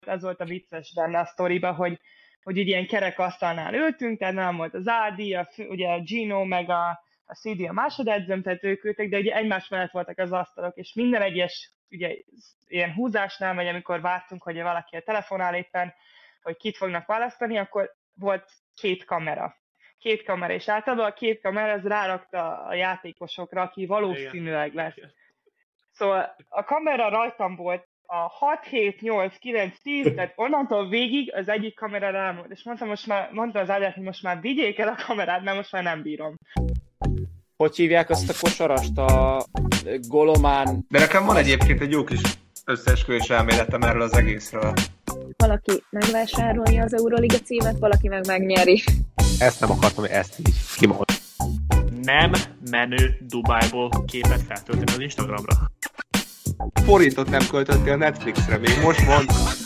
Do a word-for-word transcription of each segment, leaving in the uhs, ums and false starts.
ez volt a vicces benne a sztoriba, hogy, hogy így ilyen kerekasztalnál ültünk, tehát nem volt az Ádi, a, ugye a Gino, meg a, a Szidi a másodedzőm, tehát ők ültek, de ugye egymás mellett voltak az asztalok, és minden egyes ugye, ilyen húzásnál, vagy amikor vártunk, hogy valaki a telefonál éppen, hogy kit fognak választani, akkor volt két kamera. Két kamera, és általában a két kamera az rárakta a játékosokra, aki valószínűleg lesz. Szóval a kamera rajtam volt a hat, hét, nyolc, kilenc, tíz, tehát onnantól végig az egyik kamera rám volt. És mondtam, most már, mondta az Ádám, hogy most már vigyék el a kamerát, mert most már nem bírom. Hogy hívják azt a kosarast? A Golomán... De nekem van egyébként egy jó kis összeesküvés elméletem erről az egészről. Valaki megvásárolja az Euroliga címet, valaki meg megnyeri. Ezt nem akartam, hogy ezt így kimondom. Nem menő Dubájból képet feltölteni az Instagramra. Forintot nem költöttél Netflixre, még most mond.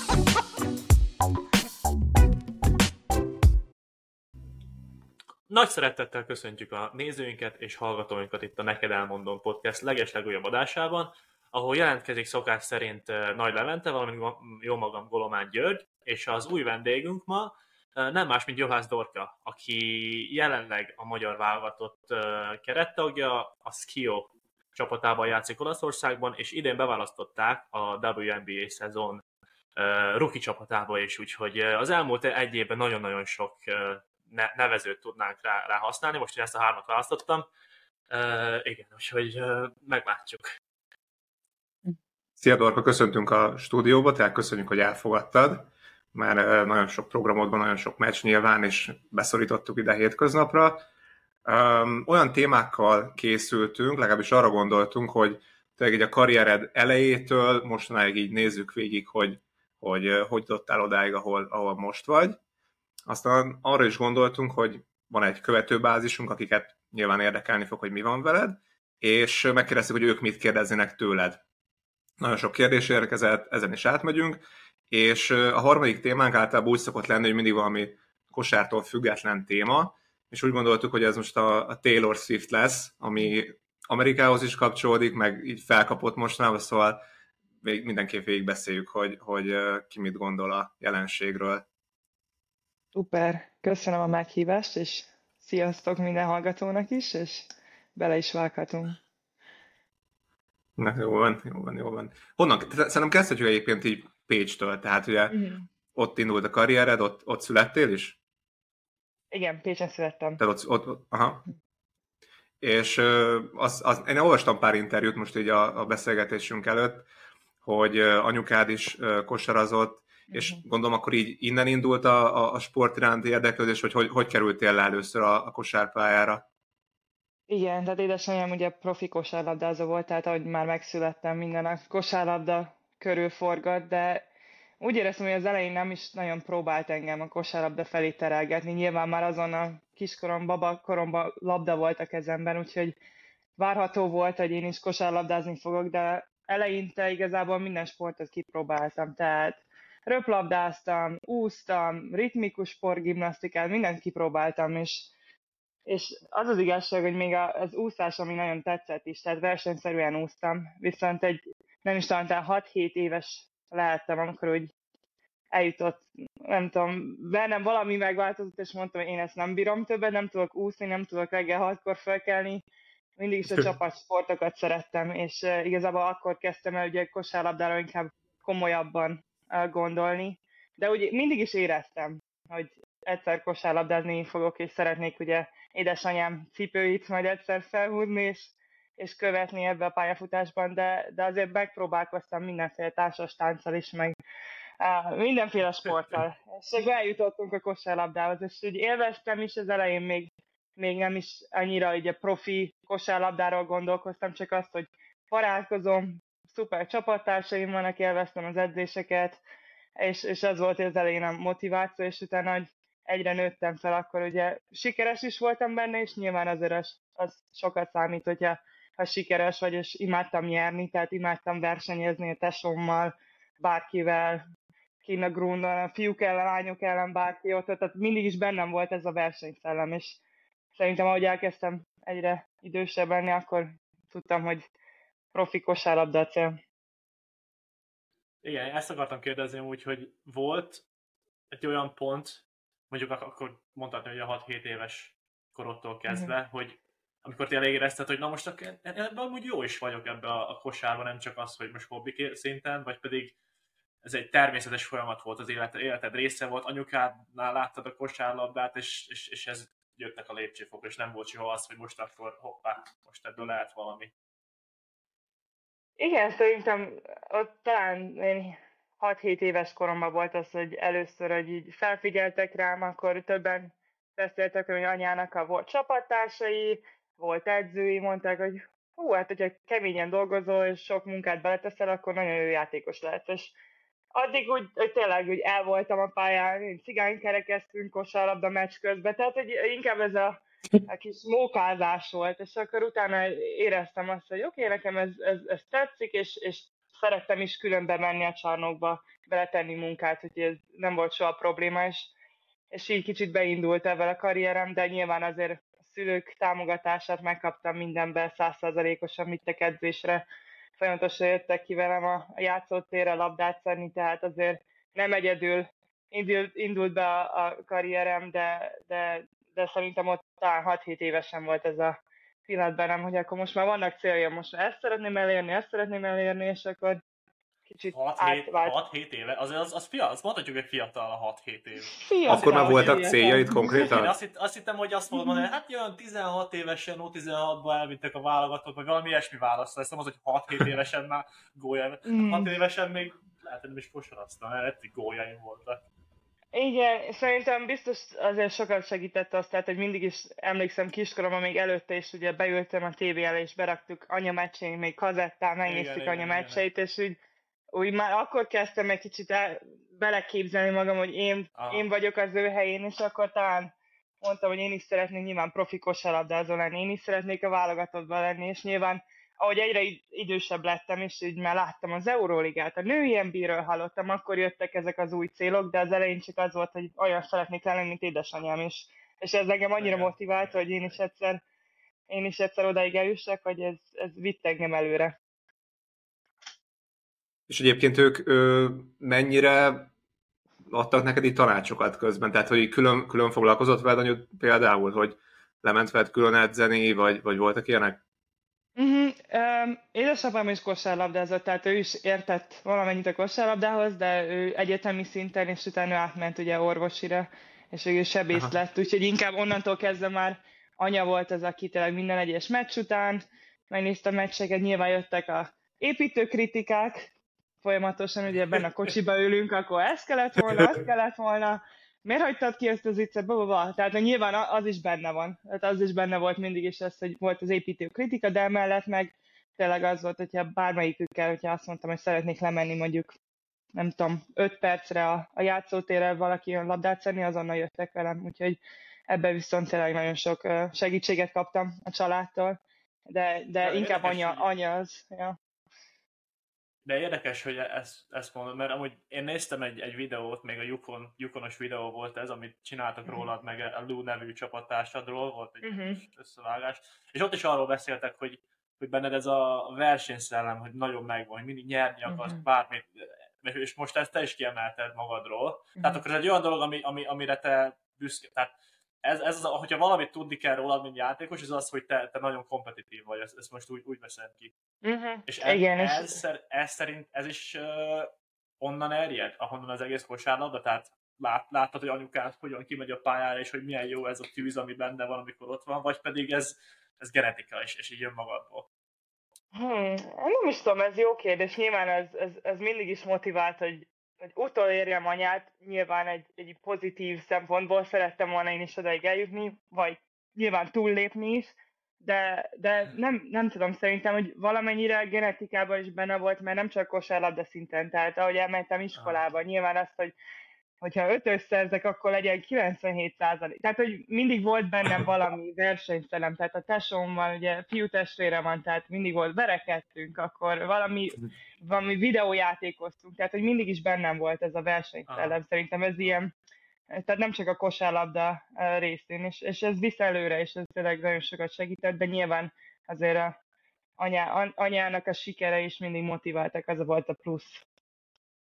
Nagy szeretettel köszöntjük a nézőinket és hallgatóinkat itt a Neked Elmondom Podcast legeslegújabb adásában, ahol jelentkezik szokás szerint Nagy Levente, valamint jó magam Golomán György, és az új vendégünk ma nem más, mint Juhász Dorka, aki jelenleg a magyar válogatott kerettagja, a Skio csapatában játszik Olaszországban, és idén beválasztották a dupla vé en bé á szezon rookie csapatába is, úgyhogy az elmúlt egy évben nagyon-nagyon sok nevezőt tudnánk rá, rá használni, most én ezt a hármat választottam. Igen, úgyhogy meglátjuk. Szia Dorka, köszöntünk a stúdióba, tehát köszönjük, hogy elfogadtad. Már nagyon sok programodban, nagyon sok meccs nyilván, és beszorítottuk ide hétköznapra. Olyan témákkal készültünk, legalábbis arra gondoltunk, hogy tényleg így a karriered elejétől mostanáig így nézzük végig, hogy hogy, hogy jutottál odáig, ahol, ahol most vagy. Aztán arra is gondoltunk, hogy van egy követőbázisunk, akiket nyilván érdekelni fog, hogy mi van veled, és megkérdeztük, hogy ők mit kérdeznének tőled. Nagyon sok kérdés érkezett, ezen is átmegyünk, és a harmadik témánk általában úgy szokott lenni, hogy mindig valami kosártól független téma, és úgy gondoltuk, hogy ez most a, a Taylor Swift lesz, ami Amerikához is kapcsolódik, meg így felkapott mostanában, szóval még mindenképp végig beszéljük, hogy, hogy ki mit gondol a jelenségről. Szuper, köszönöm a meghívást, és sziasztok minden hallgatónak is, és bele is vághatunk. Na, jó van, jó van, jó van. Honnan? Szerintem kezdhetjük egyébként így Pécstől, tehát ugye mm. ott indult a karriered, ott, ott születtél is? Igen, Pécsen születtem. Tehát ott, ott, ott aha. És az, az, én olvastam pár interjút most így a, a beszélgetésünk előtt, hogy anyukád is kosarazott, és uh-huh. gondolom akkor így innen indult a, a, a sport iránti érdeklődés, hogy, hogy hogy kerültél le először a, a kosárpályára? Igen, tehát édesanyám ugye profi kosárlabdázó volt, tehát ahogy már megszülettem, minden a kosárlabda körül forgat, de úgy éreztem, hogy az elején nem is nagyon próbált engem a kosárlabda felé terelgetni. Nyilván már azon a kiskorom, babakoromban labda volt a kezemben, úgyhogy várható volt, hogy én is kosárlabdázni fogok, de eleinte igazából minden sportot kipróbáltam, tehát röplabdáztam, úsztam, ritmikus sportgimnasztikát, mindent kipróbáltam, és, és az az igazság, hogy még az úszás, ami nagyon tetszett is, tehát versenyszerűen úsztam, viszont egy, nem is talán hat-hét éves lehettem, amikor úgy eljutott, nem tudom, bennem valami megváltozott, és mondtam, hogy én ezt nem bírom többet, nem tudok úszni, nem tudok reggel hatkor felkelni, mindig is a csapatsportokat szerettem, és uh, igazából akkor kezdtem el ugye kosárlabdára inkább komolyabban uh, gondolni, de ugye mindig is éreztem, hogy egyszer kosárlabdázni fogok, és szeretnék ugye édesanyám cipőit majd egyszer felhúzni, és, és követni ebbe a pályafutásban, de, de azért megpróbálkoztam mindenféle társas tánccal is, meg uh, mindenféle sporttal, és akkor eljutottunk a kosárlabdához, és úgy élveztem is az elején még még nem is annyira ugye profi kosárlabdáról gondolkoztam, csak azt, hogy barátkozom, szuper csapattársaim vannak, élveztem az edzéseket, és, és az volt az elején a motiváció, és utána, hogy egyre nőttem fel, akkor ugye sikeres is voltam benne, és nyilván azért az, az sokat számít, hogyha ha sikeres vagy, és imádtam nyerni, tehát imádtam versenyezni a tesómmal, bárkivel, kinn a grundon, a fiúk ellen, lányok ellen, bárki ott, tehát mindig is bennem volt ez a versenyszellem, és szerintem, ahogy elkezdtem egyre idősebb lenni, akkor tudtam, hogy profi kosárlabda a cél. Igen, ezt akartam kérdezni úgy, hogy volt egy olyan pont, mondjuk ak- akkor mondhatni, hogy a hat-hét éves korodtól kezdve, Uh-huh. hogy amikor tényleg érezted, hogy na most ak- ebben amúgy jó is vagyok ebbe a, a kosárban, nem csak az, hogy most hobbi szinten, vagy pedig ez egy természetes folyamat volt az életed, életed része volt, anyukádnál láttad a kosárlabdát, és, és, és ez jöttek a lépcsőfokra, és nem volt soha az, hogy most akkor hoppá, most ebből lehet valami. Igen, szerintem ott talán én hat-hét éves koromban volt az, hogy először, hogy így felfigyeltek rám, akkor többen beszéltek, hogy anyának a volt csapattársai, volt edzői, mondták, hogy hú, hát hogyha keményen dolgozol és sok munkát beleteszel, akkor nagyon jó játékos lehetsz. És addig úgy, hogy tényleg úgy el voltam a pályán, cigánykerekeztünk kosárlabda meccs közben, tehát hogy inkább ez a, a kis mókázás volt, és akkor utána éreztem azt, hogy oké, okay, nekem ez, ez, ez tetszik, és, és szerettem is külön bemenni a csarnokba, beletenni munkát, hogy ez nem volt soha probléma, és, és így kicsit beindult ebben a karrierem, de nyilván azért a szülők támogatását megkaptam mindenben százszázalékosan, mittek edzésre, folyamatosan jöttek ki velem a játszótérre labdát szedni, tehát azért nem egyedül indult, indult be a, a karrierem, de, de, de szerintem ott talán hat-hét évesen volt ez a pillanat bennem, hogy akkor most már vannak célja, most már ezt szeretném elérni, ezt szeretném elérni, és akkor kicsit átvált. hat-hét éve, az, az, az, fia, azt mondhatjuk, hogy fiatal a hat-hét év. Fiatal, Akkor már voltak fiatal. céljaid Én konkrétan? azt, hitt, azt hittem, hogy azt mondom, hogy hát olyan tizenhat évesen, ó tizenhatban elvittek a válogatott, vagy valami ilyesmi választ. Ezt nem az, hogy hat-hét évesen már gólya. Mm. hat évesen még lehet, hogy nem is kosaraztam, mert egy gólyaim voltak. Igen, szerintem biztos azért sokat segített azt, tehát, hogy mindig is emlékszem kiskoromban, még előtte is ugye beültem a tévé elé, és beraktuk anya meccsén, még kazettán megnéztük Igen, anya igen, meccseit, és úgy, úgy már akkor kezdtem egy kicsit el, beleképzelni magam, hogy én, Aha. én vagyok az ő helyén, és akkor talán mondtam, hogy én is szeretnék nyilván profi kosárlabdázó lenni, én is szeretnék a válogatottban lenni, és nyilván ahogy egyre idősebb lettem, és így már láttam az Euróligát, a női en bé á-ről hallottam, akkor jöttek ezek az új célok, de az elején csak az volt, hogy olyan szeretnék lenni, mint édesanyám is. És ez engem annyira Igen, motivált, igen, hogy én is igen. egyszer, én is egyszer odaig eljussak, hogy ez, ez vitt engem előre. És egyébként ők ö, mennyire adtak neked itt tanácsokat közben? Tehát, hogy külön, külön foglalkozott veled anyud például, hogy lement veled külön edzeni, vagy, vagy voltak ilyenek? Uh-huh. Um, édesapám is kosárlabdázott, tehát ő is értett valamennyit a kosárlabdához, de ő egyetemi szinten, és utána átment ugye orvosira, és ő sebész Aha. lett, úgyhogy inkább onnantól kezdve már anya volt az, aki tényleg minden egyes meccs után megnézte a meccseket, nyilván jöttek a építőkritikák, folyamatosan ugye benne a kocsiba ülünk, akkor ez kellett volna, az kellett volna, miért hagytad ki ezt az viccet, bababa? Tehát nyilván az is benne van. Tehát az is benne volt mindig is az, hogy volt az építő kritika, de emellett meg tényleg az volt, hogyha bármelyikükkel, hogyha azt mondtam, hogy szeretnék lemenni mondjuk, nem tudom, öt percre a, a játszótérre valaki jön labdát szedni, azonnal jöttek velem. Úgyhogy ebben viszont tényleg nagyon sok segítséget kaptam a családtól. De, de Ja, inkább érdekes, anya, hogy- anya az. Ja. De érdekes, hogy ezt, ezt mondod, mert amúgy én néztem egy, egy videót, még a Yukon, Yukonos videó volt ez, amit csináltak rólad, meg a Lou nevű csapattársadról, volt egy Uh-huh. összevágás, és ott is arról beszéltek, hogy, hogy benned ez a versenyszellem, hogy nagyon megvan, hogy mindig nyerni akarsz Mhm. bármit, és most ezt te is kiemelted magadról. Tehát akkor ez egy olyan dolog, ami, ami, amire te büszke, tehát ez, ez az, hogyha valamit tudni kell rólad, mint játékos, ez az, hogy te, te nagyon kompetitív vagy, ezt, ezt most úgy, úgy veszem ki. Uh-huh. És ez, Igen, és ez, szer- ez szerint ez is uh, onnan ered, ahonnan az egész kosárlabda, tehát lát, láttad, hogy anyukád hogyan kimegy a pályára, és hogy milyen jó ez a tűz, ami benne van, amikor ott van, vagy pedig ez, ez genetika, és, és így jön magadból. Hmm, nem is tudom, ez jó kérdés. Nyilván ez, ez, ez mindig is motivált, hogy, hogy utolérjem anyát, nyilván egy, egy pozitív szempontból szerettem volna én is odaig eljutni, vagy nyilván túllépni is, de, de nem, nem tudom, szerintem, hogy valamennyire genetikában is benne volt, mert nem csak kosárlabda szinten, tehát ahogy elmentem iskolába, nyilván azt, hogy hogyha ötös szerzek, akkor legyen kilencvenhét százalék. Tehát, hogy mindig volt bennem valami versenyszellem, tehát a tesómmal, ugye fiú testvére van, tehát mindig volt, verekedtünk, akkor valami, valami videójátékoztunk, tehát, hogy mindig is bennem volt ez a versenyszellem. Szerintem ez ilyen, tehát nem csak a kosárlabda részén, és, és ez visz előre, és ez tényleg nagyon sokat segített, de nyilván azért a anyá, anyának a sikere is mindig motiváltak, az volt a plusz.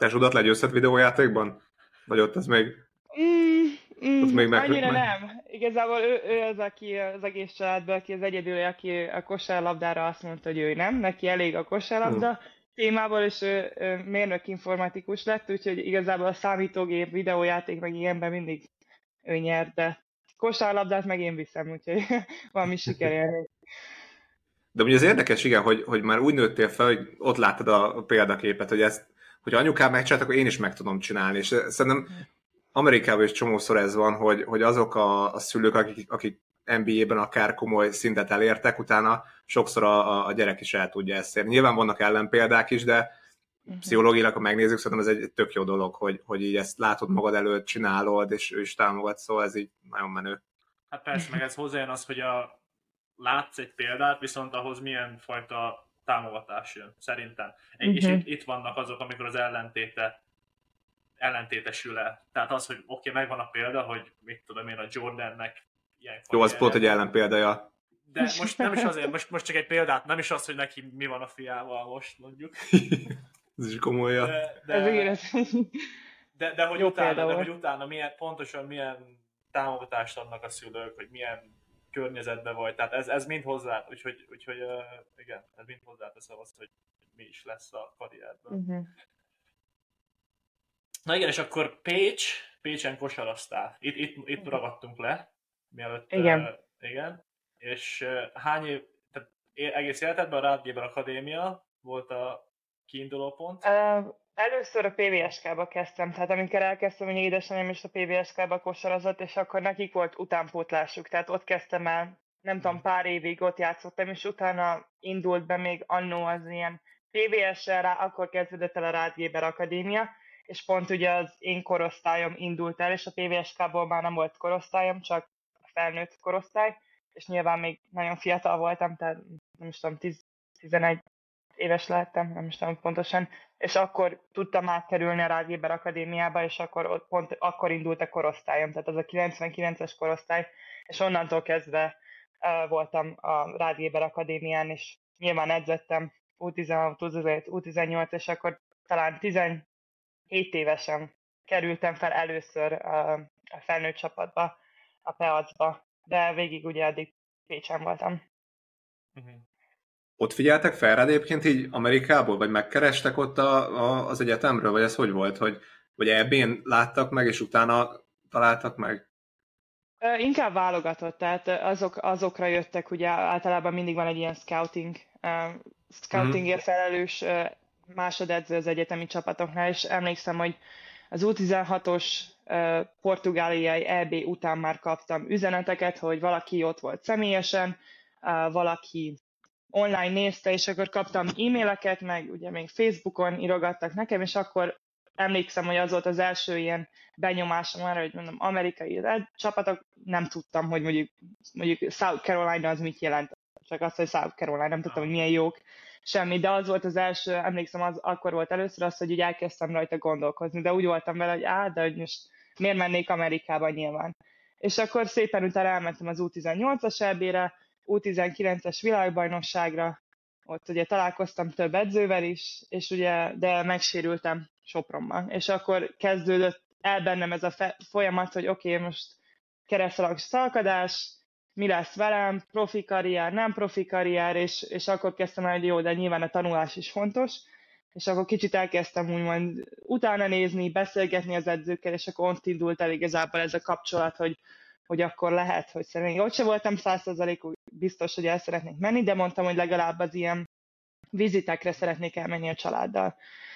Tesódat legyőzhet videójátékban? Vagy ott az még... Mm, mm, Az még meg- annyira meg- nem. Igazából ő, ő az, aki az egész családban, aki az egyedül, aki a kosárlabdára azt mondta, hogy ő nem, neki elég a kosárlabda témából, és ő, ő mérnök informatikus lett, úgyhogy igazából a számítógép, videójáték, meg ilyenben mindig ő nyert, de kosárlabdát meg én viszem, úgyhogy valami sikerélmény. De ugye az érdekes, igen, hogy, hogy már úgy nőttél fel, hogy ott láttad a példaképet, hogy ezt, hogy anyukám megcsinált, akkor én is meg tudom csinálni. És szerintem Amerikában is csomószor ez van, hogy, hogy azok a, a szülők, akik, akik en bé á-ben akár komoly szintet elértek, utána sokszor a, a gyerek is el tudja ezt érni. Nyilván vannak ellenpéldák is, de pszichológilag, ha megnézzük, szerintem ez egy tök jó dolog, hogy, hogy így ezt látod magad előtt, csinálod, és ő is támogat, szóval ez így nagyon menő. Hát persze, meg ez hozzájön az, hogy a, látsz egy példát, viszont ahhoz milyen fajta támogatás jön, szerintem. Uh-huh. És itt, itt vannak azok, amikor az ellentéte ellentétesül el. Tehát az, hogy oké, okay, megvan a példa, hogy mit tudom én, a Jordannek ilyen Jó, az pont egy ellenpéldája. De most nem is azért, most, most csak egy példát, nem is az, hogy neki mi van a fiával most, mondjuk. Ez is komolyan. De, de, Ez de, de, hogy Jó utána, példa de volt. hogy utána milyen, pontosan milyen támogatást adnak a szülők, hogy milyen környezetben vagy. Tehát ez, ez mind hozzá, úgyhogy, úgyhogy uh, igen, ez mind hozzátesz ahhoz, hogy mi is lesz a karrierben. Uh-huh. Na igen, és akkor Pécs, Pécsen kosaraztál. Itt, itt, itt ragadtunk le, mielőtt... Igen. Uh, igen. És uh, hány év, tehát egész életedben a Rádgéber Akadémia volt a kiinduló pont? Uh, először a pé vé es ká-ba kezdtem, tehát amikor elkezdtem, hogy édesanyám is a pé vé es ká-ba kosarazott, és akkor nekik volt utánpótlásuk, tehát ott kezdtem el, nem tudom, pár évig ott játszottam, és utána indult be még annó az ilyen pé vé es-sel, rá, akkor kezdődött el a Rádgéber Akadémia, és pont ugye az én korosztályom indult el, és a pé vé es ká-ból már nem volt korosztályom, csak a felnőtt korosztály, és nyilván még nagyon fiatal voltam, tehát nem is tudom, tíz, tizenegy éves lehettem, nem is tudom pontosan, és akkor tudtam átkerülni a Rádgéber Akadémiába, és akkor ott pont akkor indult a korosztályom, tehát az a kilencvenkilences korosztály, és onnantól kezdve uh, voltam a Rádgéber Akadémián, és nyilván edzettem U tizenhat, U tizenhét, U tizennyolc, és akkor talán tizenhét évesen kerültem fel először uh, a felnőtt csapatba, a pé á cé ba, de végig ugye eddig Pécsen voltam. Uh-huh. Ott figyeltek fel rád egyébként így Amerikából, vagy megkerestek ott a, a, az egyetemről, vagy ez hogy volt, hogy vagy é bén láttak meg, és utána találtak meg? Uh, inkább válogatott, tehát azok, azokra jöttek, ugye általában mindig van egy ilyen scouting, uh, scoutingért felelős uh, másodedző az egyetemi csapatoknál, és emlékszem, hogy az U tizenhatos uh, portugáliai é bé után már kaptam üzeneteket, hogy valaki ott volt személyesen, uh, valaki online nézte, és akkor kaptam e-maileket, meg ugye még Facebookon írogattak nekem, és akkor emlékszem, hogy az volt az első ilyen benyomásom arra, hogy mondom, amerikai csapatok, nem tudtam, hogy mondjuk, mondjuk South Carolina az mit jelent, csak azt, hogy South Carolina, nem tudtam, hogy milyen jók, semmi, de az volt az első, emlékszem, az akkor volt először az, hogy úgy elkezdtem rajta gondolkozni, de úgy voltam vele, hogy á, de hogy most miért mennék Amerikába nyilván. És akkor szépen utána elmentem az U tizennyolcas é bé-re, U tizenkilences világbajnokságra, ott ugye találkoztam több edzővel is, és ugye, de megsérültem Sopronban. És akkor kezdődött el bennem ez a fe- folyamat, hogy oké, okay, most keresztalak szalkadás, mi lesz velem, profi karrier, nem profi karrier, és, és akkor kezdtem el, hogy jó, de nyilván a tanulás is fontos, és akkor kicsit elkezdtem úgymond utána nézni, beszélgetni az edzőkkel, és akkor ott indult el igazából ez a kapcsolat, hogy hogy akkor lehet, hogy szeretnék. Ott sem voltam száz százalékig biztos, hogy el szeretnék menni, de mondtam, hogy legalább az ilyen vizitekre szeretnék elmenni a családdal.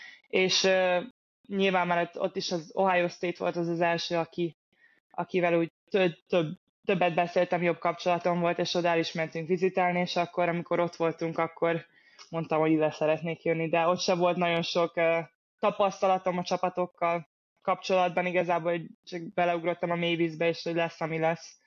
És uh, nyilván már ott is az Ohio State volt az az első, aki, akivel úgy több, több, többet beszéltem, jobb kapcsolatom volt, és oda el is mentünk vizitálni, és akkor, amikor ott voltunk, akkor mondtam, hogy ide szeretnék jönni, de ott sem volt nagyon sok uh, tapasztalatom a csapatokkal kapcsolatban, igazából, hogy csak beleugrottam a mélyvízbe, és hogy lesz, ami lesz.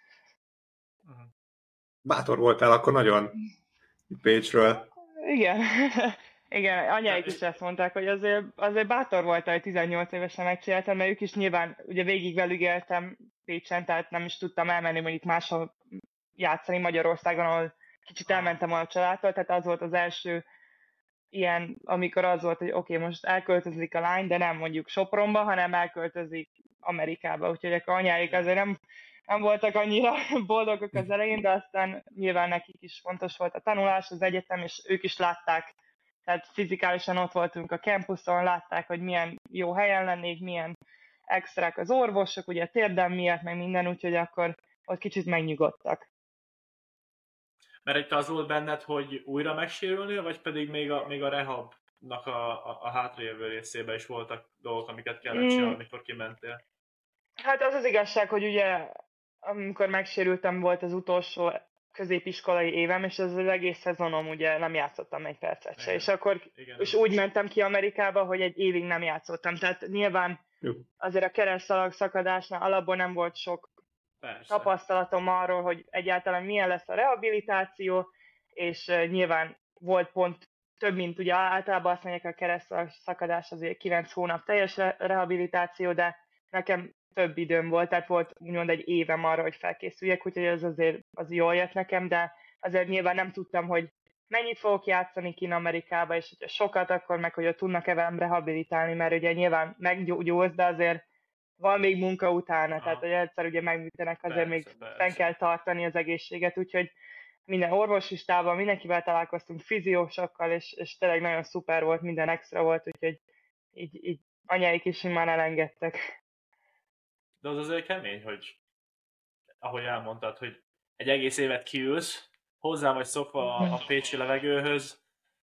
Bátor voltál akkor nagyon Pécsről. Igen. Igen, anyáik is ezt mondták, hogy azért, azért bátor voltál, hogy tizennyolc évesen megcsináltam, mert ők is nyilván, ugye végig velük éltem Pécsen, tehát nem is tudtam elmenni mondjuk máshol játszani Magyarországon, ahol kicsit elmentem a családtól, tehát az volt az első ilyen, amikor az volt, hogy oké, okay, most elköltözik a lány, de nem mondjuk Sopronba, hanem elköltözik Amerikába, úgyhogy akkor anyáik azért nem, nem voltak annyira boldogok az elején, de aztán nyilván nekik is fontos volt a tanulás, az egyetem, és ők is látták, tehát fizikálisan ott voltunk a campuson, látták, hogy milyen jó helyen lennék, milyen extrák az orvosok, ugye térdem miatt, meg minden, úgyhogy akkor ott kicsit megnyugodtak. Mert itt az volt benned, hogy újra megsérülnél, vagy pedig még a, még a rehabnak a, a, a hátralévő részében is voltak dolgok, amiket kellett csinálni, amikor kimentél? Hát az az igazság, hogy ugye amikor megsérültem, volt az utolsó középiskolai évem, és az, az egész szezonom ugye nem játszottam egy percet se. És akkor igen, és úgy mentem ki Amerikába, hogy egy évig nem játszottam. Tehát nyilván jó. Azért a keresztszalag szakadásnál alapból nem volt sok Persze. tapasztalatom arról, hogy egyáltalán milyen lesz a rehabilitáció, és uh, nyilván volt pont több, mint ugye általában azt mondják, a keresztszalag szakadás azért kilenc hónap teljes rehabilitáció, de nekem több időm volt, tehát volt úgymond egy évem arra, hogy felkészüljek, úgyhogy ez azért az jól jött nekem, de azért nyilván nem tudtam, hogy mennyit fogok játszani kint Amerikába, és hogyha sokat, akkor meg, hogy ott tudnak-e velem rehabilitálni, mert ugye nyilván meggyógyulsz, de azért van még munka utána, Aha. tehát hogy egyszer ugye megműtenek, azért persze, még persze. fenn kell tartani az egészséget, úgyhogy minden orvoslistában, mindenkivel találkoztunk, fiziósokkal, és, és tényleg nagyon szuper volt, minden extra volt, úgyhogy így, így anyáik is már elengedtek. De az azért kemény, hogy ahogy elmondtad, hogy egy egész évet kiülsz, hozzá vagy szokva a, a pécsi levegőhöz,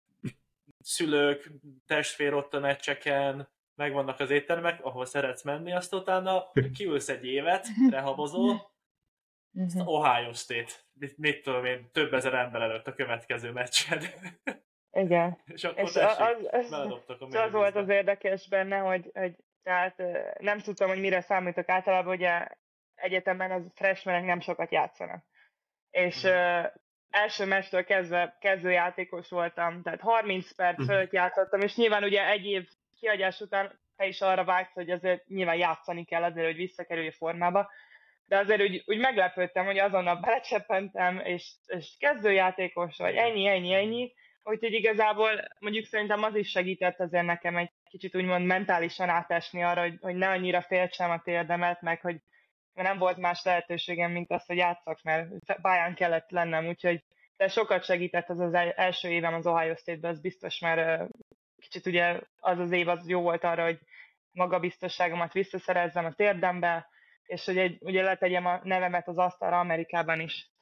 szülők, testvér ott a meccseken, megvannak az éttermek, ahol szeretsz menni, azt utána kiülsz egy évet, rehabozol, azt a Ohio State, mit, mit tudom én, több ezer ember előtt a következő meccsed. Igen. És akkor és tessék, az, az, beledobtak a az, az volt az érdekes benne, hogy, hogy tehát nem tudtam, hogy mire számítok általában, ugye egyetemben az freshmanek nem sokat játszanak. És hmm. uh, első meccstől kezdve kezdőjátékos voltam, tehát harminc perc fölött játszottam, és nyilván ugye egy év kihagyás után te is arra vágysz, hogy azért nyilván játszani kell azért, hogy visszakerülj a formába. De azért úgy, úgy meglepődtem, hogy azonnal belecseppentem, és, és kezdőjátékos vagy, ennyi, ennyi, ennyi. Úgyhogy igazából mondjuk szerintem az is segített azért nekem egy kicsit úgymond mentálisan átesni arra, hogy, hogy ne annyira féltsem a térdemet, meg hogy nem volt más lehetőségem, mint az, hogy játszak, mert pályán kellett lennem, úgyhogy de sokat segített az az első évem az Ohio State-ben, az biztos, mert kicsit ugye az az év az jó volt arra, hogy magabiztosságomat visszaszerezzem a térdembe, és hogy egy, ugye letegyem a nevemet az asztalra Amerikában is.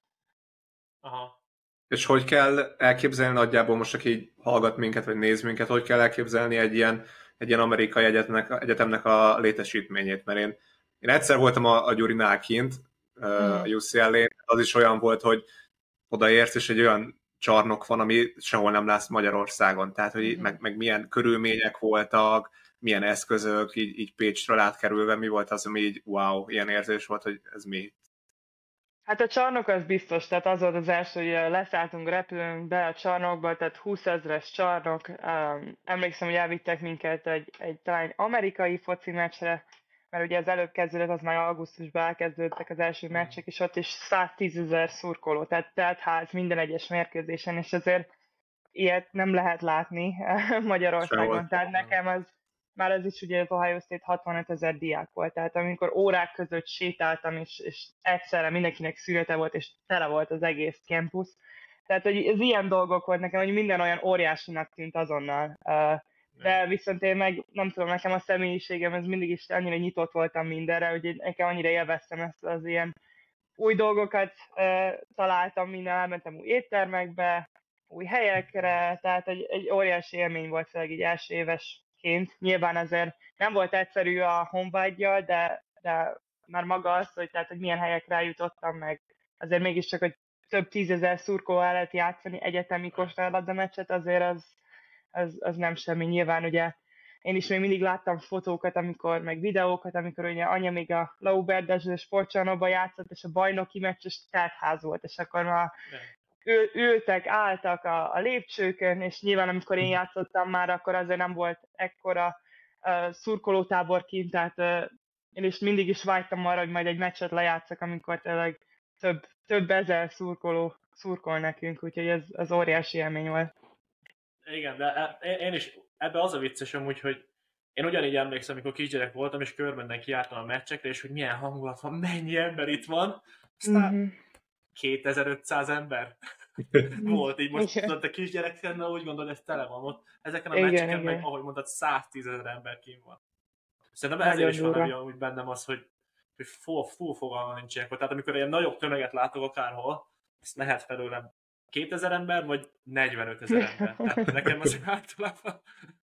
Aha. És hogy kell elképzelni nagyjából most, aki így hallgat minket, vagy néz minket, hogy kell elképzelni egy ilyen, egy ilyen amerikai egyetemnek, egyetemnek a létesítményét? Mert én, én egyszer voltam a, a Gyurinál kint, a U C L-én, az is olyan volt, hogy odaérsz, és egy olyan csarnok van, ami sehol nem látsz Magyarországon. Tehát, hogy mm. meg, meg milyen körülmények voltak, milyen eszközök, így, így Pécsről átkerülve, mi volt az, ami így wow, ilyen érzés volt, hogy ez mi? Hát a csarnok az biztos, tehát az volt az első, hogy leszálltunk repülőn be a csarnokba, tehát húszezres csarnok. Um, emlékszem, hogy elvittek minket egy, egy talán amerikai foci meccsre, mert ugye az előbb kezdődött, az már augusztusban elkezdődtek az első meccsek, és ott is száztízezer szurkoló, tehát telt ház minden egyes mérkőzésen, és azért ilyet nem lehet látni Magyarországon. Sehol. Tehát nekem az már ez is ugye az Ohio State hatvanötezer diák volt, tehát amikor órák között sétáltam, és, és egyszerre mindenkinek születe volt, és tele volt az egész campus. Tehát, hogy ez ilyen dolgok volt nekem, hogy minden olyan óriásinak tűnt azonnal. De viszont én meg, nem tudom, nekem a személyiségem, ez mindig is annyira nyitott voltam mindenre, hogy nekem annyira élveztem ezt az ilyen új dolgokat találtam, minden, elmentem új éttermekbe, új helyekre, tehát egy, egy óriási élmény volt, főleg így első éves ként. Nyilván azért nem volt egyszerű a honvágyjal, de, de már maga az, hogy, tehát, hogy milyen helyekre eljutottam meg, azért mégiscsak, hogy több tízezer szurkoló el lehet játszani egyetemi kosárlabda meccset, azért az, az, az nem semmi. Nyilván ugye én is még mindig láttam fotókat, amikor, meg videókat, amikor ugye anya még a Lauberdezső sportcsarnokban játszott, és a bajnoki meccs, és teltház volt, és akkor már ül, ültek, álltak a, a lépcsőkön, és nyilván amikor én játszottam már, akkor azért nem volt ekkora uh, szurkolótábor kint, tehát uh, én is mindig is vágytam arra, hogy majd egy meccset lejátszak, amikor tényleg több, több ezer szurkoló szurkol nekünk, úgyhogy ez az óriási élmény volt. Igen, de e- én is, ebbe az a vicces amúgy, hogy én ugyanígy emlékszem, amikor kisgyerek voltam, és körben kijártam a meccsekre, és hogy milyen hangulat van, mennyi ember itt van. Aztán Mhm. kétezer-ötszáz ember volt, így most Igen. tudod, a kisgyerekkel, úgy gondolod, ez tele van ott. Ezeken a Igen, meccseken meg, igen. ahogy mondtad, száztízezer ember kint van. Szerintem ezért Nagyon is van durva. úgy bennem az, hogy, hogy full, full fogalma nincs ilyenkor. Tehát amikor ilyen nagyobb tömeget látok akárhol, ezt lehet felőlem kétezer ember, vagy negyvenötezer ember. Tehát nekem az általában...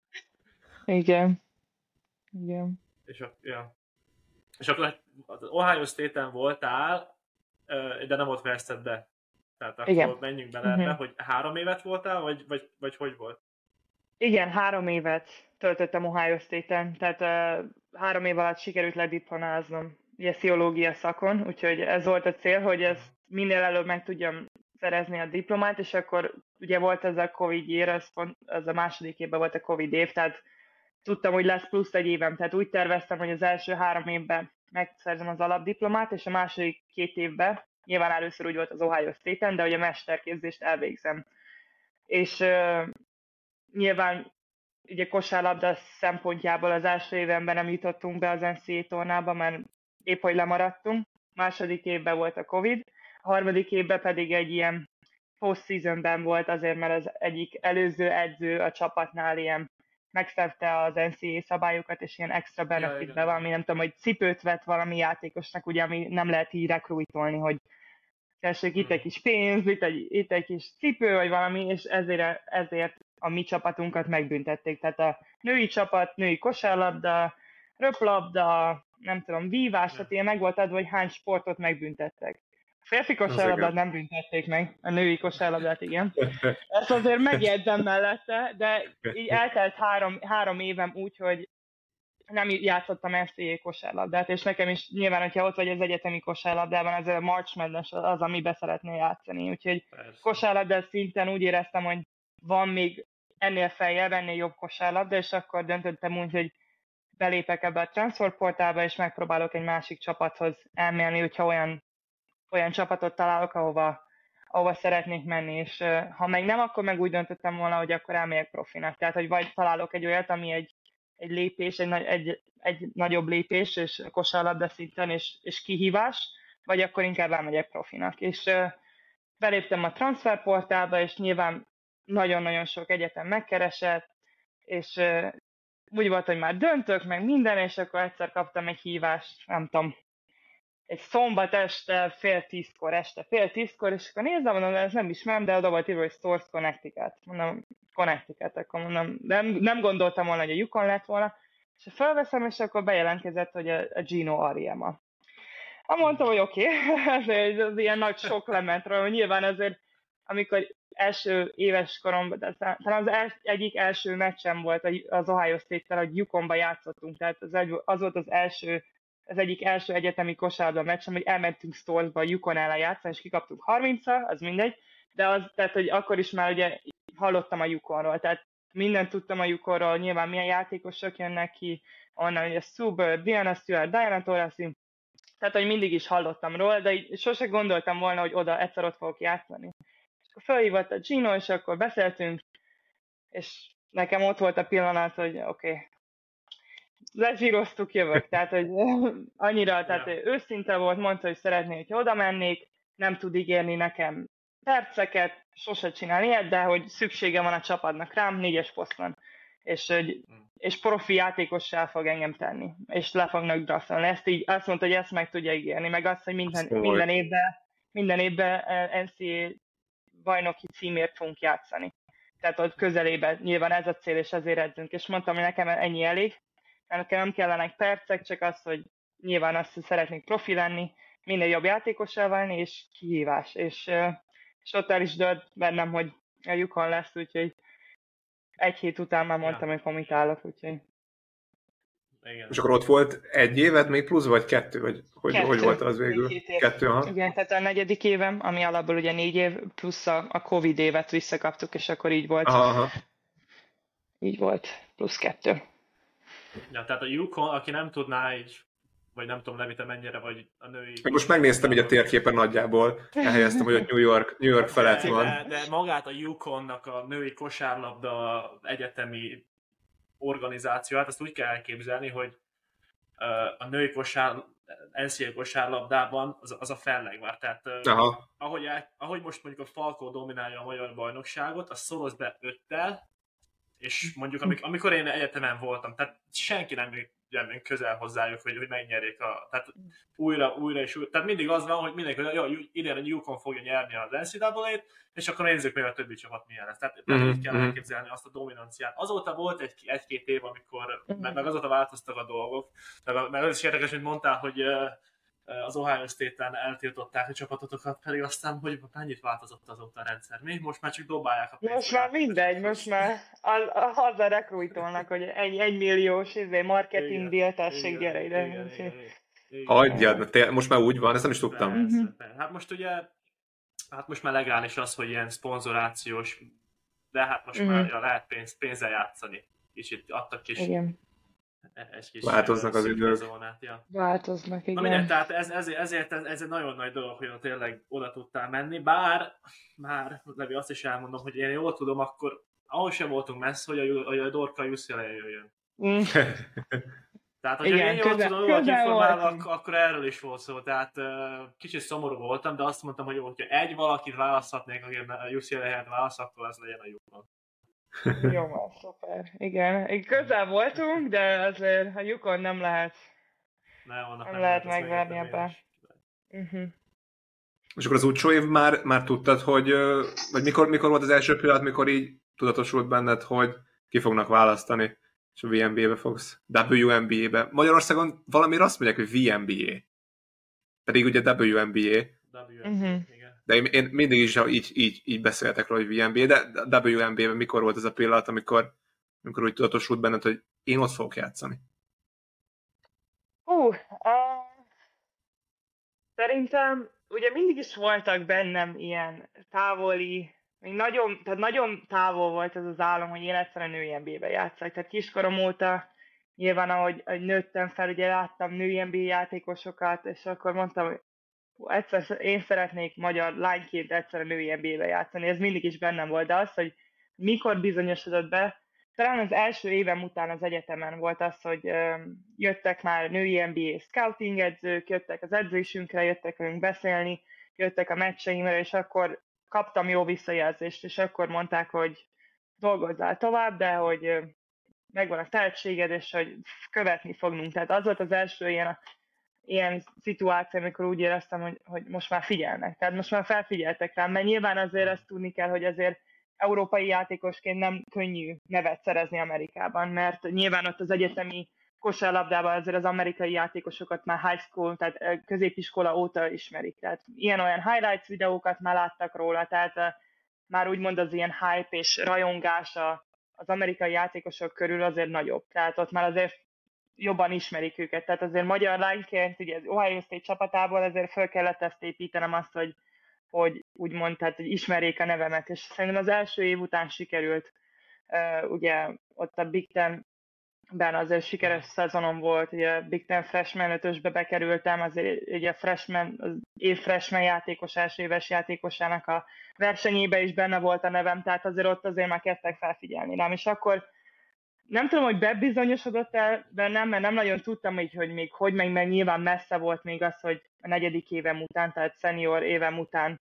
Igen. Igen. És, a, ja. és akkor az Ohio State-en voltál, ö, de nem ott fejezted be. Tehát akkor Igen. menjünk bele ebbe, Mhm. hogy három évet voltál, vagy, vagy, vagy hogy volt? Igen, három évet töltöttem Ohio State-en, tehát uh, három év alatt sikerült lediplomáznom ugye pszichológia szakon, úgyhogy ez volt a cél, hogy ezt minél előbb meg tudjam szerezni a diplomát, és akkor ugye volt ez a Covid év, ez, pont, ez a második évben volt a Covid év, tehát tudtam, hogy lesz plusz egy évem, tehát úgy terveztem, hogy az első három évben megszerzem az alapdiplomát, és a második két évben, nyilván először úgy volt az Ohio State-en, de hogy a mesterképzést elvégzem. És uh, nyilván ugye kosárlabda szempontjából az első évemben nem jutottunk be az en cé á á tornába, mert épp hogy lemaradtunk. Második évben volt a Covid, a harmadik évben pedig egy ilyen post-seasonben volt azért, mert az egyik előző edző a csapatnál ilyen megszabta az en cé á á szabályokat, és ilyen extra benefitbe igen. valami, nem tudom, hogy cipőt vett valami játékosnak, ugye, ami nem lehet így rekrújtolni, hogy tessék, itt egy kis pénz, itt egy, itt egy kis cipő, vagy valami, és ezért, ezért a mi csapatunkat megbüntették. Tehát a női csapat, női kosárlabda, röplabda, nem tudom, vívás, tehát ilyen meg volt adva, hogy hány sportot megbüntettek. A férfi kosárlabdát nem büntették meg, a női kosárlabdát igen. Ezt azért megjegyzem mellette, de így eltelt három, három évem úgy, hogy nem játszottam en cé á á kosárlabdát, és nekem is nyilván, hogyha ott vagy az egyetemi kosárlabdában, az a March Madness az, amiben szeretnél játszani. Úgyhogy Persze. kosárlabda szinten úgy éreztem, hogy van még ennél feljebb, ennél jobb kosárlabda, és akkor döntöttem úgy, hogy belépek ebbe a transferportálba, és megpróbálok egy másik csapathoz elmélni, hogyha olyan, olyan csapatot találok, ahova, ahova szeretnék menni, és uh, ha meg nem, akkor meg úgy döntöttem volna, hogy akkor elmegyek profinak. Tehát, hogy vagy találok egy olyat, ami egy egy lépés, egy, egy, egy nagyobb lépés, és kosárlabda szinten, és, és kihívás, vagy akkor inkább elmegyek profinak. És uh, beléptem a transferportálba, és nyilván nagyon-nagyon sok egyetem megkeresett, és uh, úgy volt, hogy már döntök, meg minden, és akkor egyszer kaptam egy hívást, nem tudom, egy szombat este, fél tízkor este, fél tízkor, és akkor nézem, mondom, ez nem ismerem, de oda volt írva, hogy Source Connecticut. Mondom, Connecticut, akkor mondom, nem, nem gondoltam volna, hogy a Yukon lett volna, és felveszem, és akkor bejelentkezett, hogy a, a Gino Ariema. Ha mondtam, hogy oké, okay. ez az ilyen nagy sok lement róla, nyilván azért, amikor első éves koromban, de talán az el, egyik első meccsem volt az Ohio State-tel, hogy Yukonba játszottunk, tehát az, egy, az volt az első, az egyik első egyetemi kosárlabda meccsem, hogy elmentünk Storesba a Yukon ellen játszani, és kikaptunk harmincra, az mindegy, de az, tehát, hogy akkor is már ugye hallottam a Yukonról, tehát mindent tudtam a Yukonról, nyilván milyen játékosok jönnek ki, onnan ugye Suber, Diana Stewart, Diana Taurasi, tehát, hogy mindig is hallottam róla, de így sose gondoltam volna, hogy oda egyszer ott fogok játszani. És akkor felhívott a Gino, és akkor beszéltünk, és nekem ott volt a pillanat, hogy oké, okay, lezsíroztuk, jövök. Tehát, hogy annyira, tehát ja. őszinte volt, mondta, hogy szeretné, hogy oda mennék, nem tud ígérni nekem perceket, sose csinál ilyet, de hogy szüksége van a csapatnak rám, négyes poszton. És, hogy, és profi játékossá fog engem tenni, és le fognak draftolni. Ezt így, azt mondta, hogy ezt meg tudja ígérni, meg azt, hogy minden, minden évben, minden évben en cé á á bajnoki címért fogunk játszani. Tehát ott közelében nyilván ez a cél, és ezért edzünk. És mondtam, hogy nekem ennyi elég, mert nekem nem kellenek percek, csak az, hogy nyilván azt, hogy szeretnék profi lenni, minél jobb játékossá válni, és kihívás. És, és ott el is dölt bennem, hogy a Yukon lesz, úgyhogy egy hét után már mondtam, ja. hogy komitálok, úgyhogy... Igen. És akkor ott volt egy éved még plusz, vagy kettő? Vagy hogy, hogy volt az végül? Kettő, aha. Igen, tehát a negyedik évem, ami alapból ugye négy év, plusz a, a Covid évet visszakaptuk, és akkor így volt. Aha, aha. Így volt, plusz kettő. Ja, tehát a Yukon, aki nem tudná így vagy nem tudom, Levi, te mennyire vagy a női... Én most megnéztem így a térképen nagyjából, elhelyeztem, hogy ott New York, New York felett de, van. De, de magát a Yukonnak a női kosárlabda egyetemi organizációt, azt úgy kell elképzelni, hogy a női kosár, en cé á á kosárlabdában az, az a fellegvár. Tehát ahogy, el, ahogy most mondjuk a Falkó dominálja a magyar bajnokságot, azt szoroz be öttel, és mondjuk amik, amikor én egyetemen voltam, tehát senki nem jön közel hozzájuk, hogy, hogy megnyerjék a... Tehát újra, újra és újra. Tehát mindig az van, hogy mindenki, hogy jó, idén a Yukon fogja nyerni az en cé á á-t, és akkor nézzük meg a többi csapat milyen lesz. Tehát, tehát Mm-hmm. így kell elképzelni azt a dominanciát. Azóta volt egy, egy-két év, amikor, meg, meg azóta változtak a dolgok. Meg, meg az is érdekes, mint mondtál, hogy az Ohio State-en eltiltották a csapatotokat, pedig aztán, hogy mennyit változott azóta a rendszer. Mi? Most már csak dobálják a pénzt. Most már mindegy, most már azzal rekrújtolnak, hogy egy, egy milliós izé, marketing deal, tessék, gyere ide. Hagyjad, most már úgy van, ezt nem is tudtam. Persze, persze. Hát most ugye, hát most már legális az, hogy ilyen szponzorációs, de hát most uh-huh. már ja, lehet pénz, pénzzel játszani. Kicsit adtak kis... Igen. Egy kis változnak az idők. Zónát, ja. Változnak, igen. Na mindegy, tehát ez, ez, ezért ez, ez egy nagyon nagy dolog, hogy tényleg oda tudtál menni, bár, már, Levi, azt is elmondom, hogy én jól tudom, akkor ahol sem voltunk messze, hogy a, hogy a Dorka u cé el á jöjjön. Mm. Tehát, hogyha igen, én jól közel, tudom, hogy informálva, akkor, akkor erről is volt szó. Tehát uh, kicsit szomorú voltam, de azt mondtam, hogy jó, hogyha egy valakit választhatnék, aki a u cé el á helyett választ, akkor az legyen a Yukon. Jó, már szuper. Igen, közel voltunk, de azért a Yukon nem lehet, nem, nem, nem lehet megverni ebben. Uh-huh. És akkor az utcsó év már, már tudtad, hogy vagy mikor, mikor volt az első pillanat, mikor így tudatosult benned, hogy ki fognak választani, és a vé en bé á-be fogsz, dupla vé en bé á-be. Magyarországon valamiért azt mondják, hogy vé en bé á. Pedig ugye dupla vé en bé á. Uh-huh. De én, én mindig is így, így, így beszéltek róla, hogy vé en bé á, de dupla vé en bé-ben mikor volt ez a pillanat, amikor, amikor úgy tudatosult benned, hogy én ott fogok játszani? Hú, uh, szerintem ugye mindig is voltak bennem ilyen távoli, még nagyon, tehát nagyon távol volt ez az álom, hogy én egyszer a női en bé á-be játszak. Tehát kiskorom óta nyilván, ahogy, ahogy nőttem fel, ugye láttam női en bé á játékosokat, és akkor mondtam, hogy egyszer én szeretnék magyar lányként egyszer a női en bé á-be játszani, ez mindig is bennem volt, de az, hogy mikor bizonyosodott be, talán az első évem után az egyetemen volt az, hogy um, jöttek már női en bé á scouting edzők, jöttek az edzésünkre, jöttek velünk beszélni, jöttek a meccseimre, és akkor kaptam jó visszajelzést, és akkor mondták, hogy dolgozzál tovább, de hogy uh, megvan a tehetséged, és hogy követni fognunk. Tehát az volt az első ilyen ilyen szituáció, amikor úgy éreztem, hogy, hogy most már figyelnek. Tehát most már felfigyeltek rám, mert nyilván azért ezt tudni kell, hogy azért európai játékosként nem könnyű nevet szerezni Amerikában, mert nyilván ott az egyetemi kosárlabdában azért az amerikai játékosokat már high school, tehát középiskola óta ismerik. Tehát ilyen-olyan highlights videókat már láttak róla, tehát már úgymond az ilyen hype és rajongás az amerikai játékosok körül azért nagyobb. Tehát ott már azért jobban ismerik őket. Tehát azért magyar lányként, ugye az Ohio State csapatából azért föl kellett ezt építenem azt, hogy, hogy úgymond, tehát, hogy ismerjék a nevemet. És szerintem az első év után sikerült, uh, ugye ott a Big Ten-ben azért sikeres szezonom volt, ugye a Big Ten freshman ötösbe bekerültem, azért ugye a freshman, az év freshman játékos, első éves játékosának a versenyébe is benne volt a nevem, tehát azért ott azért már kezdtek felfigyelni rám. És akkor nem tudom, hogy bebizonyosodott el bennem, mert nem nagyon tudtam így, hogy még hogy meg, mert nyilván messze volt még az, hogy a negyedik évem után, tehát senior évem után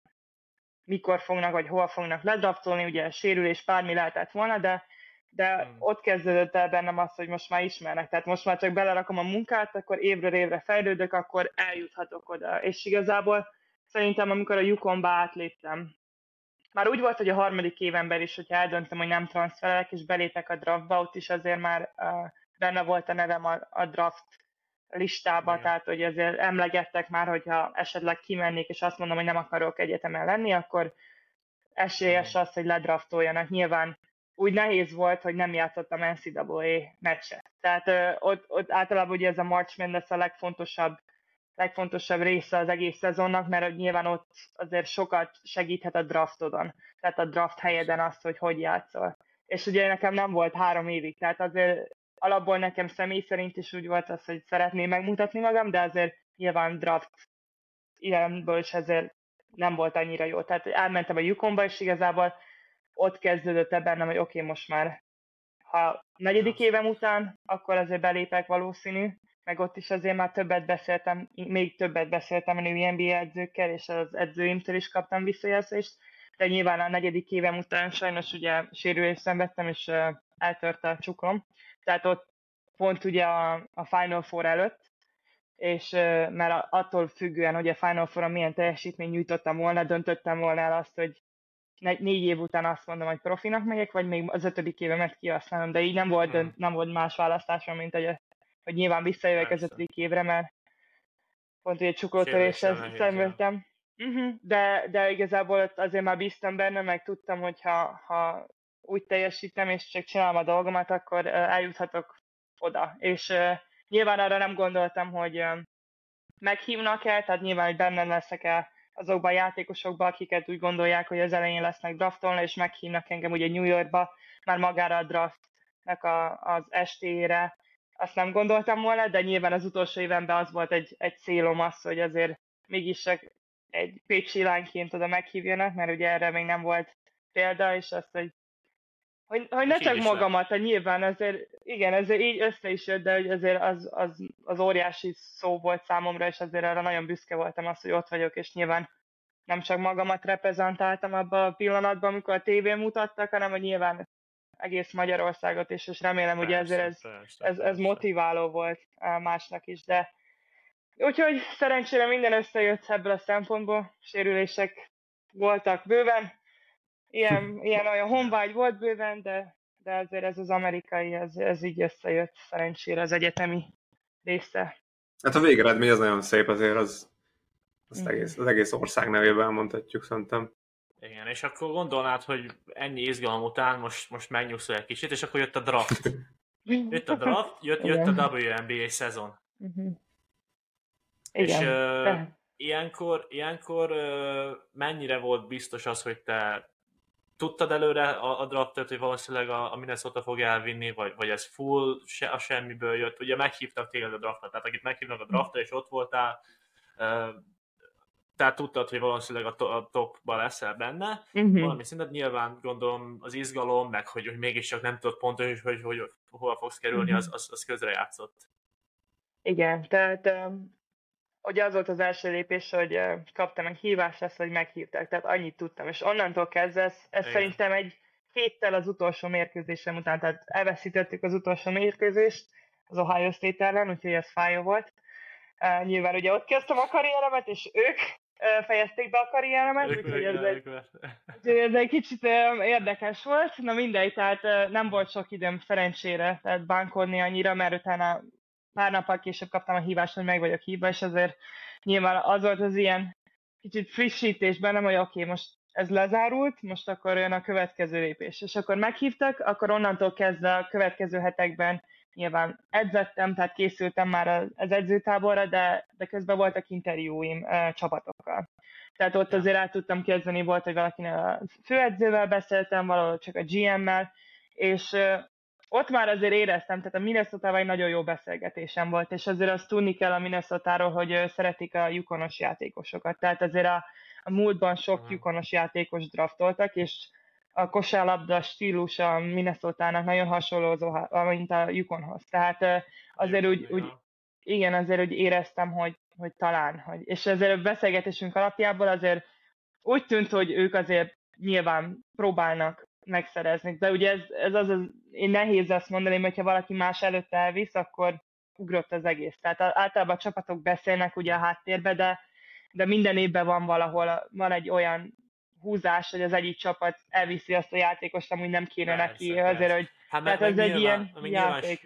mikor fognak, vagy hol fognak ledraftolni, ugye sérülés bármi lehetett volna, de, de hmm. ott kezdődött el bennem az, hogy most már ismernek, tehát most már csak belerakom a munkát, akkor évről évre fejlődök, akkor eljuthatok oda. És igazából szerintem, amikor a Yukonba átléptem, már úgy volt, hogy a harmadik évemben is, hogyha eldöntöm, hogy nem transferelek, és belépek a draftba, ott is azért már uh, benne volt a nevem a, a draft listába, igen. Tehát hogy azért emlegettek már, hogyha esetleg kimennék, és azt mondom, hogy nem akarok egyetemen lenni, akkor esélyes az, hogy ledraftoljanak. Nyilván úgy nehéz volt, hogy nem játszottam en cé á á meccset. Tehát uh, ott, ott általában ugye ez a March Madness a legfontosabb legfontosabb része az egész szezonnak, mert nyilván ott azért sokat segíthet a draftodon, tehát a draft helyeden azt, hogy hogy játszol. És ugye nekem nem volt három évig, tehát azért alapból nekem személy szerint is úgy volt az, hogy szeretném megmutatni magam, de azért nyilván draft ilyenből is ezért nem volt annyira jó. Tehát elmentem a Yukonba, és igazából ott kezdődött ebben, hogy oké, okay, most már ha negyedik évem után, akkor azért belépek valószínű, meg ott is azért már többet beszéltem, még többet beszéltem a női en bé á edzőkkel, és az edzőimtől is kaptam visszajelzést, de nyilván a negyedik évem után sajnos ugye sérülést szenvedtem, és uh, eltört a csuklom, tehát ott pont ugye a, a Final Four előtt, és uh, mert attól függően, hogy a Final Four-on milyen teljesítményt nyújtottam volna, döntöttem volna el azt, hogy négy év után azt mondom, hogy profinak megyek, vagy még az ötödik évemet kihasználom, de így nem volt, hmm. nem volt más választásom, mint hogy, hogy nyilván visszajövök az ötödik évre, mert pont egy csuklótörésre szenvedtem. Uh-huh. De, de igazából azért már bíztam benne, meg tudtam, hogy ha, ha úgy teljesítem, és csak csinálom a dolgomat, akkor eljuthatok oda. És uh, nyilván arra nem gondoltam, hogy uh, meghívnak el, tehát nyilván, hogy benne leszek el azokban a játékosokban, akiket úgy gondolják, hogy az elején lesznek draftolni, és meghívnak engem ugye New Yorkba, már magára a draftnak a, az estéjére. Azt nem gondoltam volna, de nyilván az utolsó évemben az volt egy, egy célom az, hogy azért mégis egy pécsi lányként oda meghívjanak, mert ugye erre még nem volt példa, és azt, hogy, hogy, hogy ne csak magamat, hogy nyilván azért, igen, ezért így össze is jött, de hogy azért az, az, az óriási szó volt számomra, és azért arra nagyon büszke voltam az, hogy ott vagyok, és nyilván nem csak magamat reprezentáltam abban a pillanatban, amikor a tévén mutattak, hanem hogy nyilván egész Magyarországot is, és remélem, hogy ezért ez, persze, ez, ez motiváló volt másnak is, de úgyhogy szerencsére minden összejött ebből a szempontból, sérülések voltak bőven, ilyen, ilyen olyan honvágy volt bőven, de, de azért ez az amerikai, ez, ez így összejött szerencsére az egyetemi része. Hát a végeredmény az nagyon szép, azért az, az, egész, az egész ország nevében elmondhatjuk szerintem. Igen, és akkor gondolnád, hogy ennyi izgalom után most, most megnyugszol egy kicsit, és akkor jött a draft. Jött a draft, jött, jött a dupla vé en bé á szezon. Uh-huh. És igen, uh, ilyenkor, ilyenkor uh, mennyire volt biztos az, hogy te tudtad előre a, a draftot, hogy valószínűleg a, a Minnesota fog elvinni, vagy, vagy ez full se, a semmiből jött? Ugye meghívtak téged a draftra, tehát akit meghívnak a draftra, és ott voltál, uh, tehát tudtad, hogy valószínűleg a, to- a topban leszel benne, uh-huh. valami szinten nyilván gondolom az izgalom, meg hogy, hogy mégiscsak nem tudod pontosan, hogy, hogy, hogy hova fogsz kerülni, uh-huh. az, az, az közrejátszott. Igen, tehát um, ugye az volt az első lépés, hogy uh, kaptam egy hívást lesz, hogy meghívták, tehát annyit tudtam, és onnantól kezdve ez, ez szerintem egy héttel az utolsó mérkőzésem után, tehát elveszítettük az utolsó mérkőzést az Ohio State ellen, úgyhogy ez fájó volt. Uh, nyilván ugye ott kezdtem a karrieremet, és ők uh, fejezték be a karrieremet, úgyhogy ez, egy, úgyhogy ez egy kicsit uh, érdekes volt. Na mindegy, tehát uh, nem volt sok időm szerencsére, tehát bánkodni annyira, mert utána pár nappal később kaptam a hívást, hogy meg vagyok hívva, és azért nyilván az volt az ilyen kicsit frissítés bennem, hogy oké, okay, most ez lezárult, most akkor jön a következő lépés. És akkor meghívtak, akkor onnantól kezdve a következő hetekben nyilván edzettem, tehát készültem már az edzőtáborra, de, de közben voltak interjúim uh, csapatokkal. Tehát ott azért el tudtam kezdeni, volt, hogy valakinek a főedzővel beszéltem, valahol csak a gé em-mel, és uh, ott már azért éreztem, tehát a Minnesota-val egy nagyon jó beszélgetésem volt, és azért azt tudni kell a Minnesotáról, hogy uh, szeretik a Yukonos játékosokat. Tehát azért a, a múltban sok Yukonos játékos draftoltak, és a kosárlabda stílus a Minnesotának nagyon hasonló, mint a Yukonhoz. Tehát azért úgy, úgy, igen, azért úgy éreztem, hogy, hogy talán, hogy, és azért a beszélgetésünk alapjából azért úgy tűnt, hogy ők azért nyilván próbálnak megszerezni. De ugye ez, ez az, az, én nehéz ezt mondani, hogyha valaki más előtt elvisz, akkor ugrott az egész. Tehát általában a csapatok beszélnek ugye a háttérbe, de, de minden évben van valahol, van egy olyan húzás, hogy az egyik csapat elviszi azt a játékost, amúgy nem kéne persze, neki, persze. Azért, hogy hát tehát ez egy ilyen játék.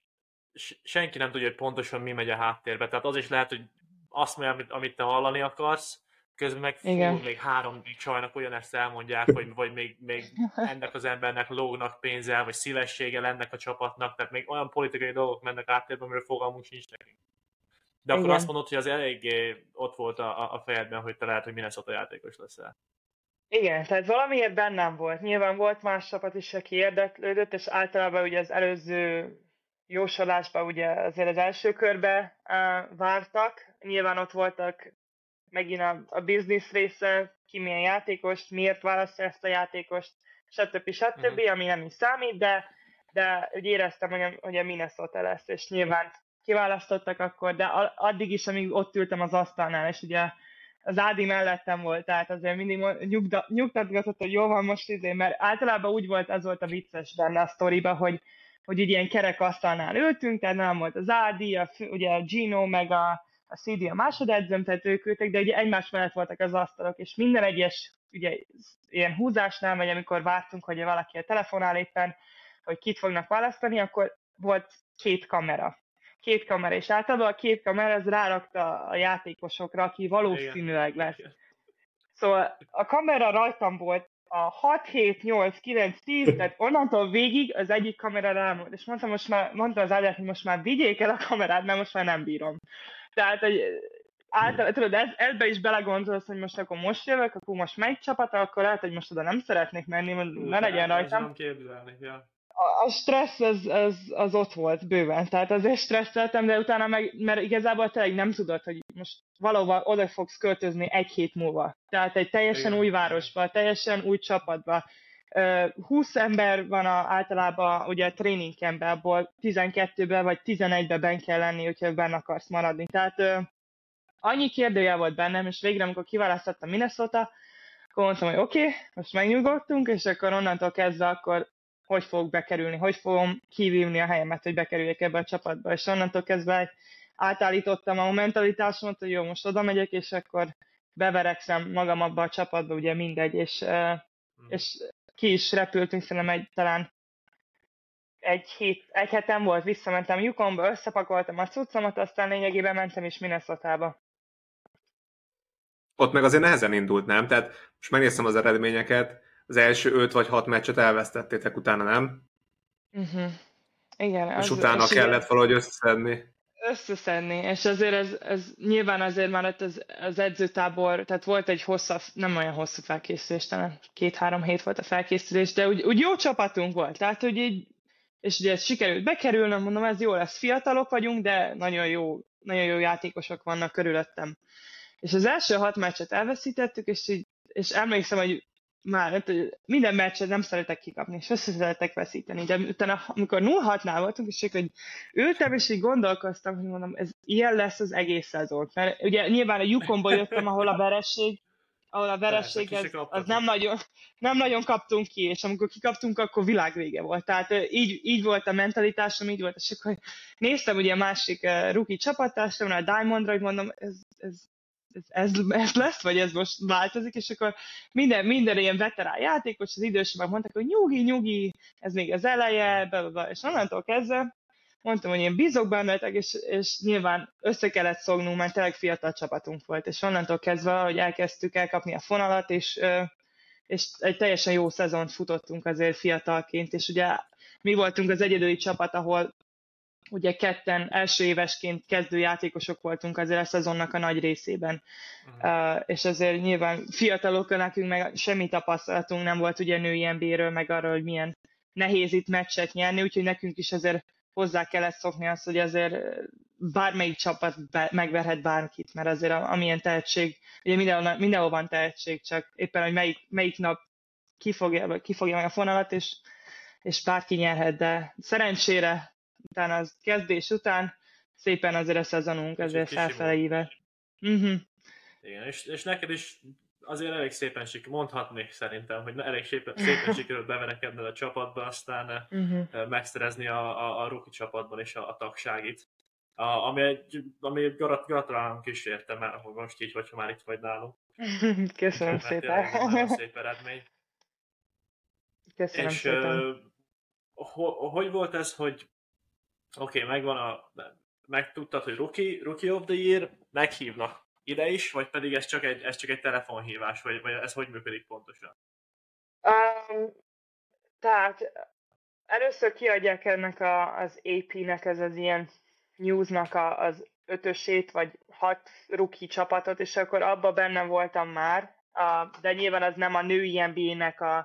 Senki nem tudja, hogy pontosan mi megy a háttérbe, tehát az is lehet, hogy azt mondja, amit, amit te hallani akarsz, közben meg fú, még három csajnak olyan ezt elmondják, hogy vagy még, még ennek az embernek lógnak pénzzel, vagy szívességgel ennek a csapatnak, tehát még olyan politikai dolgok mennek háttérben, amiről fogalmunk sincs nekünk. De akkor igen. Azt mondod, hogy az eléggé ott volt a, a fejedben, hogy te lehet, hogy Minnesota játékos leszel. Igen, tehát valamiért bennem volt. Nyilván volt más csapat is, aki érdeklődött, és általában ugye az előző jósolásba ugye azért az első körbe uh, vártak. Nyilván ott voltak megint a, a business része, ki milyen játékost, miért választja ezt a játékost, stb. stb., uh-huh. ami nem is számít, de, de úgy éreztem, hogy a, hogy a Minnesota lesz, és nyilván kiválasztottak akkor, de addig is, amíg ott ültem az asztalnál, és ugye az Ádi mellettem volt, tehát azért mindig nyugda, nyugtatgatott, hogy jó van most izé, mert általában úgy volt, az volt a vicces benne a sztoriba, hogy, hogy így ilyen kerek asztalnál ültünk, tehát nem volt az Ádi, a, ugye a Gino, meg a, a cé dé a másodedzőm, tehát ők ültek, de ugye egymás mellett voltak az asztalok, és minden egyes ugye, ilyen húzásnál, vagy amikor vártunk, hogy valaki a telefonál éppen, hogy kit fognak választani, akkor volt két kamera. Két kamera, és általában a két kamera az rárakta a játékosokra, aki valószínűleg lesz. Szóval a kamera rajtam volt a hat, hét, nyolc, kilenc, tíz, tehát onnantól végig az egyik kamera rám volt, és mondtam, most már, mondta az Ágyát, hogy most már vigyék el a kamerát, mert most már nem bírom. Tehát, hogy általában, tudod, ez, ebbe is belegondolsz, hogy most akkor most jövök, akkor most melyik csapata, akkor lehet, hogy most oda nem szeretnék menni, ne legyen rajtam. A, a stressz az, az, az ott volt bőven, tehát azért stresszeltem, de utána meg, mert igazából tényleg nem tudod, hogy most valahova oda fogsz költözni egy hét múlva. Tehát egy teljesen igen, új városba, teljesen új csapatba. húsz ember van a, általában ugye a training campben, abból tizenkettőben vagy tizenegyben benn kell lenni, hogyha benne akarsz maradni. Tehát uh, annyi kérdőjel volt bennem, és végre, amikor kiválasztottam Minnesota, akkor mondtam, hogy oké, okay, most megnyugodtunk, és akkor onnantól kezdve akkor hogy fogok bekerülni, hogy fogom kivívni a helyemet, hogy bekerüljek ebbe a csapatba. És onnantól kezdve átállítottam a mentalitásomat, hogy jó, most oda megyek, és akkor beverekszem magam abba a csapatba, ugye mindegy, és, uh, és ki is repültünk, szerintem egy, talán egy, hét, egy heten volt, visszamentem Yukonba, összepakoltam a cuccomat, aztán lényegében mentem is Minnesotába. Ott meg azért nehezen indult, nem? Tehát most megnéztem az eredményeket, az első öt vagy hat meccset elvesztettétek, utána nem? Uh-huh. Igen. És az, utána és kellett igen, valahogy összeszedni. Összeszedni, és azért ez, ez nyilván azért már ott az, az edzőtábor, tehát volt egy hosszabb, nem olyan hosszú felkészülés, talán két-három hét volt a felkészülés, de úgy, úgy jó csapatunk volt, tehát hogy így, és ugye ez sikerült bekerülnöm, mondom, ez jó lesz, fiatalok vagyunk, de nagyon jó, nagyon jó játékosok vannak körülöttem. És az első hat meccset elveszítettük, és, így, és emlékszem, hogy már minden meccset nem szeretek kikapni, és össze szeretek veszíteni. De utána, amikor nulla hatnál voltunk, és hogy ültem, és így gondolkoztam, hogy mondom, ez ilyen lesz az egész szezon. Mert ugye nyilván a Yukonba jöttem, ahol a veresség, ahol a veresség az, az nem, nagyon, nem nagyon kaptunk ki, és amikor kikaptunk, akkor világvége volt. Tehát így, így volt a mentalitásom, így volt, és akkor néztem ugye a másik uh, rookie csapattársamra, a Diamondra, hogy mondom, ez, ez Ez, ez lesz, vagy ez most változik, és akkor minden, minden ilyen veterán játékos, az idősebbek mondták, hogy nyugi, nyugi, ez még az eleje, blablabla. És onnantól kezdve mondtam, hogy én bízok bennetek, és, és nyilván össze kellett szognunk, mert tényleg fiatal csapatunk volt, és onnantól kezdve, hogy elkezdtük elkapni a fonalat, és, és egy teljesen jó szezont futottunk azért fiatalként, és ugye mi voltunk az egyedüli csapat, ahol ugye ketten első évesként kezdő játékosok voltunk azért a szezonnak a nagy részében. Uh-huh. Uh, és azért nyilván fiatalok, nekünk meg semmi tapasztalatunk nem volt ugye női en bé á-ről, meg arról, hogy milyen nehéz itt meccset nyerni, úgyhogy nekünk is azért hozzá kellett szokni azt, hogy azért bármelyik csapat be, megverhet bárkit, mert azért amilyen tehetség, ugye mindenhol, mindenhol van tehetség, csak éppen, hogy melyik, melyik nap kifogja, kifogja meg a fonalat, és, és bárki nyerhet, de szerencsére utána az kezdés után szépen azért a szezonunk azért felfeleíve. Uh-huh. Igen, és, és neked is azért elég szépen sikerült, mondhatni szerintem, hogy elég szépen, szépen sikerült beverekedned a csapatba, aztán uh-huh. megszerezni a, a, a rookie csapatban is a, a tagságit. A, ami egy, ami gratulálunk is értem, mert most így, hogyha már itt vagy nálunk. Köszönöm mert szépen. Nagyon szép eredmény. Köszönöm és, szépen. Uh, ho, hogy volt ez, hogy oké, okay, megvan a, megtudtad, hogy rookie, rookie of the Year, meghívnak ide is, vagy pedig ez csak egy, ez csak egy telefonhívás, vagy, vagy ez hogy működik pontosan? Um, tehát először kiadják ennek a, az á pé-nek, ez az ilyen newsnak a, az ötösét, vagy hat rookie csapatot, és akkor abban benne voltam már, uh, de nyilván az nem a női en bé á-nek a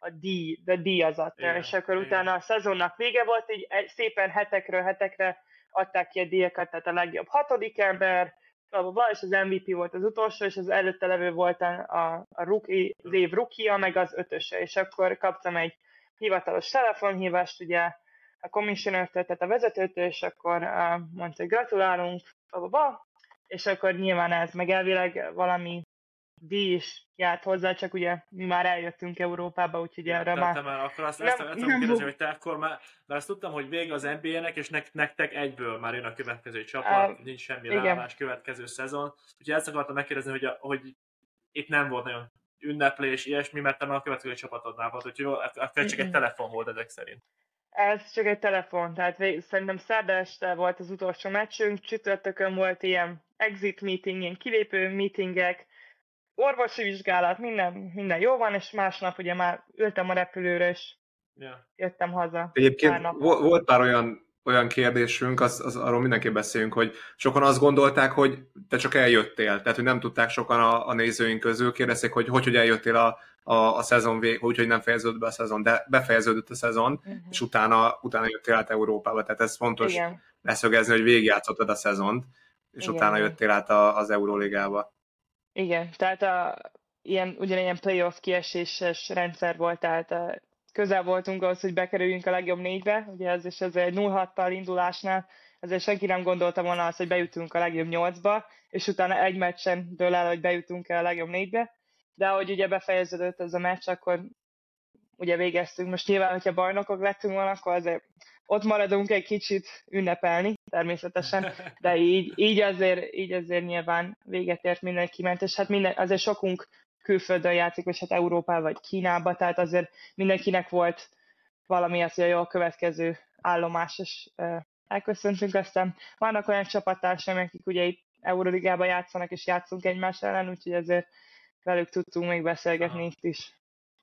a díj, de díjazat, Igen, és akkor igen. utána a szezonnak vége volt, így egy, szépen hetekről hetekre adták ki a díjakat, tehát a legjobb hatodik ember, bla, bla, bla, és az em vé pé volt az utolsó, és az előtte levő volt a, a, a rookie, az év rookie meg az ötöse, és akkor kaptam egy hivatalos telefonhívást, ugye a commissioner-től, tehát a vezetőtől, és akkor uh, mondta, hogy gratulálunk, bla, bla, bla, és akkor nyilván ez, meg elvileg valami díj is járt hozzá, csak ugye mi már eljöttünk Európába, úgyhogy Ja, erre te, már te már akkor azt nem- ezt, ezt nem tudom kérdezni, fog- hogy te akkor már, mert azt tudtam, hogy vége az en bé á-nek, és nek, nektek egyből már jön a következő csapat, Uh, nincs semmi igen. leállás, következő szezon. Úgyhogy ezt akartam megkérdezni, hogy, a, hogy itt nem volt nagyon ünneplés, ilyesmi, mert te már a következő csapatodnál volt, úgyhogy akkor csak egy Mhm. telefon volt ezek szerint. Ez csak egy telefon, tehát vég, szerintem szerda este volt az utolsó meccsünk, csütörtökön volt ilyen exit meeting, ilyen kilépő meetingek, orvosi vizsgálat, minden, minden jó van, és másnap ugye már ültem a repülőre, és Ja. jöttem haza. Pár Egyébként nap. vo- volt pár olyan, olyan kérdésünk, az, az, arról mindenképp beszéljünk, hogy sokan azt gondolták, hogy te csak eljöttél, tehát hogy nem tudták sokan a, a nézőink közül, kérdezték, hogy hogy, hogy eljöttél a, a, a szezon vég, úgy, hogy nem fejeződött be a szezon, de befejeződött a szezon, Uh-huh. és utána, utána jöttél át Európába, tehát ez fontos Igen, leszögezni, hogy végigjátszottad a szezont, és Igen, utána igen. jöttél át a, az Euróligába. igen, tehát a, ilyen, ugyanilyen playoff kieséses rendszer volt, tehát a, közel voltunk ahhoz, hogy bekerüljünk a legjobb négybe, ugye ez is ez egy nulla hattal indulásnál, ezért senki nem gondolta volna azt, hogy bejutunk a legjobb nyolcba, és utána egy meccsen dől el, hogy bejutunk el a legjobb négybe, de ahogy ugye befejeződött ez a meccs, akkor ugye végeztünk. Most nyilván, hogyha bajnokok lettünk volna, akkor azért ott maradunk egy kicsit ünnepelni, természetesen, de így, így, azért, így azért nyilván véget ért mindenki ment, és hát minden, azért sokunk külföldön játszik, és hát Európában vagy Kínába, tehát azért mindenkinek volt valami az, hogy jó, a következő állomás, és uh, elköszöntünk, aztán vannak olyan csapattársaim, akik ugye itt Euróligában játszanak, és játszunk egymás ellen, úgyhogy ezért velük tudtunk még beszélgetni Aha. itt is.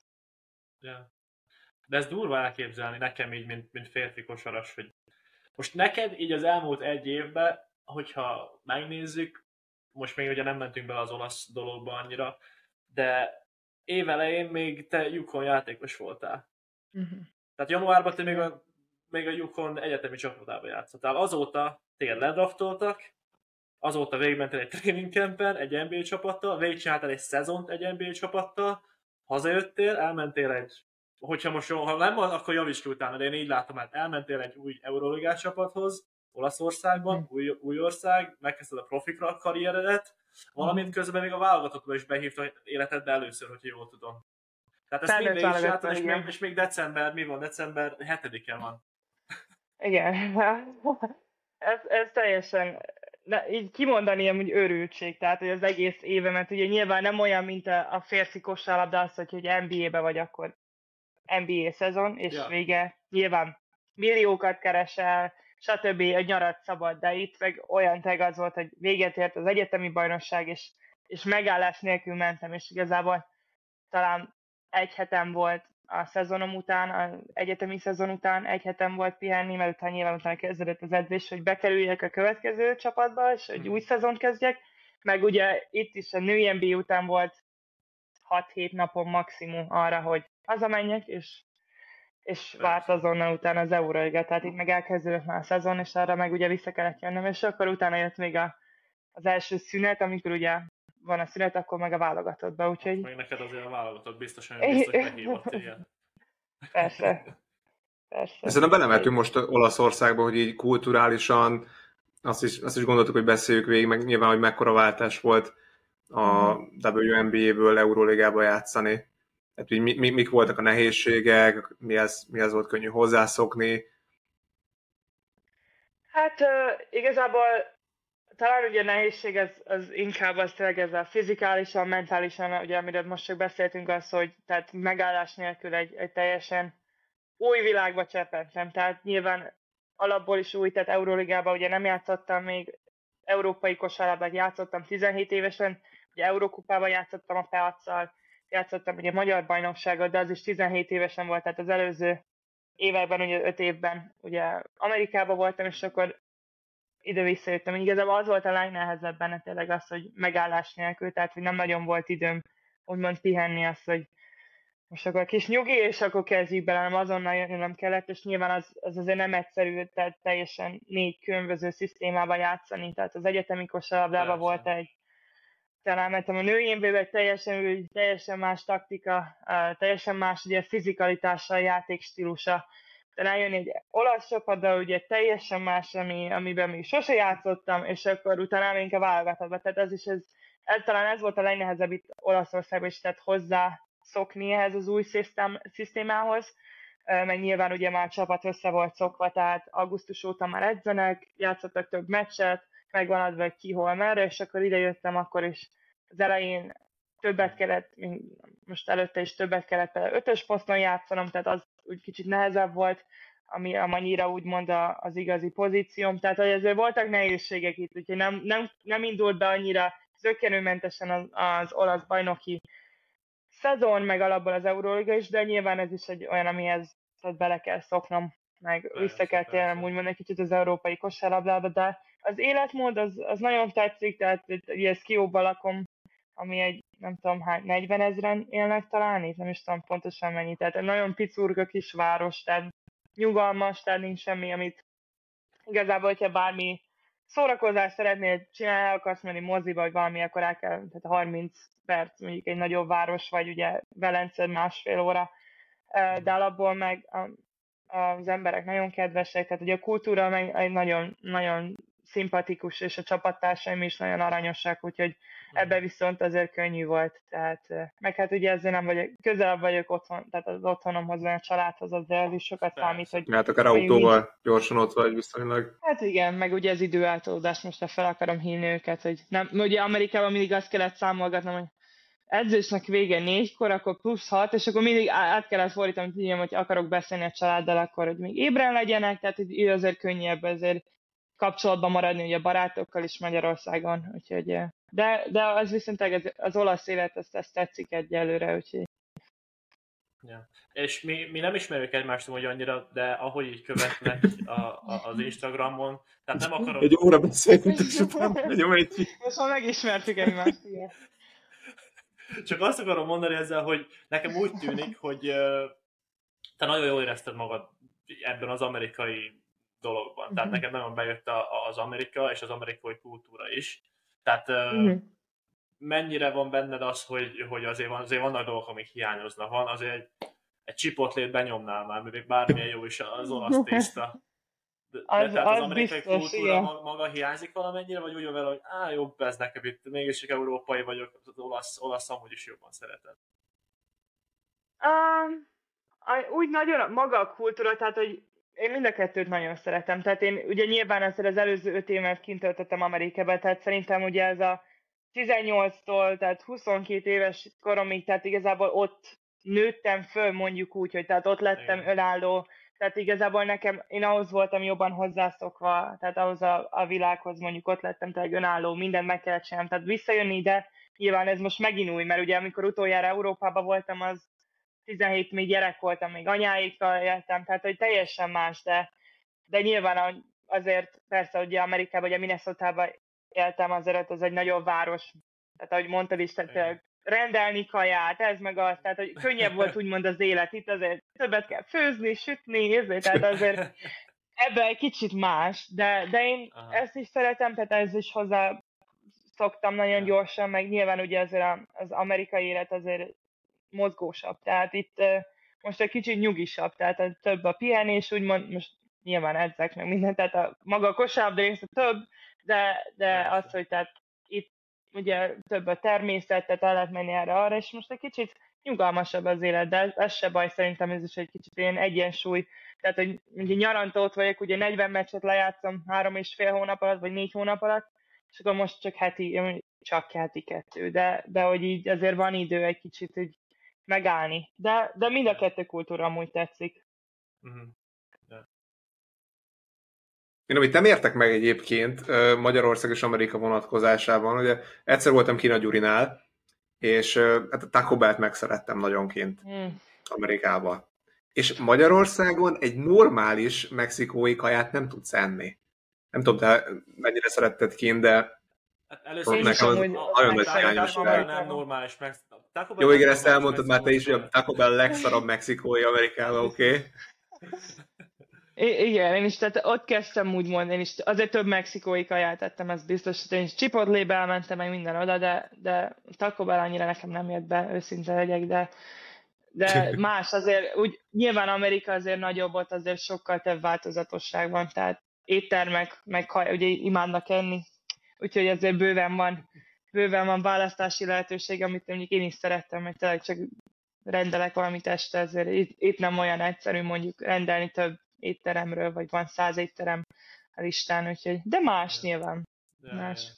Ja. De ez durva elképzelni nekem így, mint, mint férfi kosaras, hogy most neked így az elmúlt egy évben, hogyha megnézzük, most még ugye nem mentünk bele az olasz dologba annyira, de évelején még te Yukon játékos voltál. Uh-huh. Tehát januárban te még a, még a Yukon egyetemi csapatában játszottál. Azóta téged ledraftoltak, azóta végigmentél egy training campen, egy en bé á csapattal, végigcsináltál egy szezont egy en bé á csapattal, hazajöttél, elmentél egy, hogyha most jó, ha nem van, akkor javíts ki utána, de én így látom, hát elmentél egy új Euroligás csapathoz, Olaszországban, Hmm. új, új ország, megkezdted a profikra a karrieredet, valamint közben még a válogatottba is behívta életedbe először, hogyha jól tudom. Tehát ezt Felnőtt mind végig csináltad, válogatott, és igen. még, és még december, mi van, december hetedike van. Igen. ez, ez teljesen, de így kimondani amúgy őrültség, tehát hogy az egész évemet, ugye nyilván nem olyan, mint a, a férfi kosárlabda, az, hogy, hogy en bé á-be vagy, akkor en bé á szezon, és Ja. vége, nyilván milliókat keresel, stb. A nyarat szabad, de itt meg olyan teg az volt, hogy véget ért az egyetemi bajnokság, és, és megállás nélkül mentem, és igazából talán egy hetem volt a szezonom után, az egyetemi szezon után egy hetem volt pihenni, mert utána nyilván utána kezdődött az edzés, hogy bekerüljek a következő csapatba, és egy Mhm. új szezont kezdjek, meg ugye itt is a női en bé á után volt hat-hét napom maximum arra, hogy hazamenjek, és, és várt azonnal utána az Euroliga, tehát itt meg elkezdődött már a szezon, és arra meg ugye vissza kellett jönnöm, és akkor utána jött még a, az első szünet, amikor ugye van a szünet, akkor meg a válogatottba, úgyhogy Még neked azért a válogatott biztosan, hogy biztos behívott, igen. persze, persze. Szerintem belemeltünk most Olaszországba, hogy így kulturálisan azt is, azt is gondoltuk, hogy beszéljük végig, meg nyilván, hogy mekkora váltás volt a dupla vé en bé á-ből Euróligába játszani. Tehát, hogy mi, mi, mik voltak a nehézségek, mihez, mihez volt könnyű hozzászokni. Hát uh, igazából talán ugye a nehézség az, az inkább az tényleg ez a fizikálisan, mentálisan, ugye amiről most csak beszéltünk az, hogy tehát megállás nélkül egy, egy teljesen új világba csepentem. Tehát nyilván alapból is új, tehát Euróligában ugye nem játszottam még, európai kosárlabdát játszottam tizenhét évesen, ugye Eurókupában játszottam a Peac-szal, játszottam ugye magyar bajnokságot, de az is tizenhét évesen volt, tehát az előző években, ugye öt évben ugye Amerikában voltam, és akkor ide visszajöttem. Igazából az volt a legnehezebb benne tényleg az, hogy megállás nélkül, tehát hogy nem nagyon volt időm úgymond pihenni azt, hogy most akkor kis nyugi, és akkor kezdjük bele, nem azonnal jönnöm kellett, és nyilván az, az azért nem egyszerű, tehát teljesen négy különböző szisztémában játszani, tehát az egyetemi kosárlabdában volt egy, talán mentem a női en bé bé teljesen, teljesen más taktika, teljesen más ugye fizikalitása, a játékstílusa. De eljönni egy olasz csapatba, ugye teljesen más, ami, amiben még sose játszottam, és akkor utána inkább válogatottba. Tehát az is, ez, ez, talán ez volt a legnehezebb itt Olaszországban is, tehát hozzá szokni ehhez az új szisztém, szisztémához, meg nyilván ugye már a csapat össze volt szokva, tehát augusztus óta már edzenek, játszottak több meccset, megvan adva, hogy ki hol merre, és akkor ide jöttem, akkor is az elején többet kellett, most előtte is többet kellett ötös poszton játszanom, tehát az úgy kicsit nehezebb volt, ami amennyire úgymond az igazi pozícióm, tehát hogy ezért voltak nehézségek itt, úgyhogy nem, nem, nem indult be annyira zökkenőmentesen az, az olasz bajnoki szezon, meg alapból az Euróliga is, de nyilván ez is egy olyan, amihez tehát bele kell szoknom, meg persze, vissza kell térnem úgymond egy kicsit az európai kosárlabdába, de az életmód az, az nagyon tetszik, tehát ugye Skióban lakom, ami egy, nem tudom, hány, negyven ezren élnek talán, itt nem is tudom pontosan mennyi, tehát egy nagyon picurga kis város, tehát nyugalmas, tehát nincs semmi, amit igazából, hogyha bármi szórakozást szeretnél csinálni, el akarsz menni moziba, vagy valami, akkor el kell, tehát harminc perc, mondjuk egy nagyobb város, vagy ugye Velence másfél óra, de alapból meg az emberek nagyon kedvesek, tehát ugye a kultúra meg egy nagyon, nagyon szimpatikus, és a csapattársaim is nagyon aranyosak, úgyhogy ebbe viszont azért könnyű volt, tehát meg hát ugye ezzel nem vagyok, közelebb vagyok otthon, tehát az otthonomhoz, vagy a családhoz, azért ez is sokat számít, hogy... Hát akár autóval nincs... gyorsan ott vagy viszonylag. Hát igen, meg ugye az időáltalódás, most fel akarom hívni őket, hogy nem, ugye Amerikában mindig azt kellett számolgatnom, hogy edzésnek vége négykor, akkor plusz hat, és akkor mindig át kellett fordítani, hogy, hogy akarok beszélni a családdal, akkor hogy még ébren legyenek, tehát így azért könnyebb, ezért kapcsolatban maradni ugye a barátokkal is Magyarországon, úgyhogy, de, de az viszont az, az olasz élet, azt, azt tetszik egyelőre, úgyhogy. Ja. És mi, mi nem ismerjük egymást hogy annyira, de ahogy így követnek a, a, az Instagramon, tehát nem akarom... Egy óra beszélünk, és utána megyom egy... Most már megismertük egymást, igen. Csak azt akarom mondani ezzel, hogy nekem úgy tűnik, hogy uh, te nagyon jól érezted magad ebben az amerikai dologban. Uh-huh. Tehát nekem nagyon bejött a, az Amerika és az amerikai kultúra is. Tehát uh, uh-huh. mennyire van benned az, hogy, hogy azért, van, azért vannak dolgok, amik hiányoznak. Van azért egy, egy csipotlét benyomnál már, még bármilyen jó is az olasz tészta. De, az, tehát az, az amerikai biztos, kultúra igen. maga hiányzik valamennyire, vagy úgy van vele, hogy á, jobb ez nekem itt, mégis csak európai vagyok, az olasz, olasz amúgy is jobban szereted. Um, úgy nagyon maga a kultúra, tehát hogy én mind a kettőt nagyon szeretem. Tehát én ugye nyilván azért az előző öt évet kint töltöttem Amerikában, tehát szerintem ugye ez a tizennyolctól, tehát huszonkét éves koromig, tehát igazából ott nőttem föl, mondjuk úgy, hogy tehát ott lettem igen. önálló. Tehát igazából nekem, én ahhoz voltam jobban hozzászokva, tehát ahhoz a, a világhoz mondjuk ott lettem, tehát önálló, mindent meg kellett csinálnom. Tehát visszajönni ide, nyilván ez most megint új, mert ugye amikor utoljára Európában voltam, az tizenhét még gyerek voltam, még anyáikkal éltem, tehát hogy teljesen más, de, de nyilván azért persze, ugye Amerikában, ugye Minnesotában éltem, azért az egy nagyobb város, tehát ahogy mondtad is, tehát rendelni kaját, ez meg az, tehát hogy könnyebb volt úgymond az élet, itt azért többet kell főzni, sütni, ezért, tehát azért ebben egy kicsit más, de, de én aha. ezt is szeretem, tehát ez is hozzá szoktam nagyon gyorsan, meg nyilván ugye azért az amerikai élet azért mozgósabb, tehát itt most egy kicsit nyugisabb, tehát több a pihenés, úgymond, most nyilván edzek meg mindent, tehát a maga a kosárlabda része több, de, de az, hogy tehát itt ugye több a természet, tehát el lehet menni erre arra, és most egy kicsit nyugalmasabb az élet, de ez se baj, szerintem ez is egy kicsit ilyen egyensúly, tehát hogy ugye nyaranta ott vagyok, ugye negyven meccset lejátszom három és fél hónap alatt, vagy négy hónap alatt, és akkor most csak heti, csak heti kettő, de, de hogy így azért van idő egy kicsit, hogy megállni. De, de mind a kettő kultúra amúgy tetszik. Uh-huh. Yeah. Én amit nem értek meg egyébként Magyarország és Amerika vonatkozásában, ugye egyszer voltam Kina Gyurinál, és hát a Taco Bell-t megszerettem nagyonként mm. Amerikában. És Magyarországon egy normális mexikói kaját nem tudsz enni. Nem tudom, te mennyire szeretted kint, de Hát először Nekem az amúgy nagyon nagy megszerettem hiányosság. Taco Bell Amerikában. nem normális meg... Taco Bell Jó, nem igen, ezt normális elmondtad már te is, hogy a mexikói Taco Bell legszarabb mexikói Amerikában, oké? Okay? I- igen, én is, tehát ott kezdtem úgy mondani, én is azért több mexikói kaját ettem, ez biztos, hogy én is Chipotle-be elmentem meg minden oda, de, de Taco Bell annyira nekem nem jött be, őszinte legyek, de, de más azért, úgy nyilván Amerika azért nagyobb, ott azért sokkal több változatosság van, tehát éttermek, meg kaj, ugye imádnak enni, úgyhogy azért bőven van, bőven van választási lehetőség, amit mondjuk én is szerettem, hogy tényleg csak rendelek valamit este, ezért itt, itt nem olyan egyszerű mondjuk rendelni több étteremről, vagy van száz étterem a listán, úgyhogy, de más nyilván, Ja, más.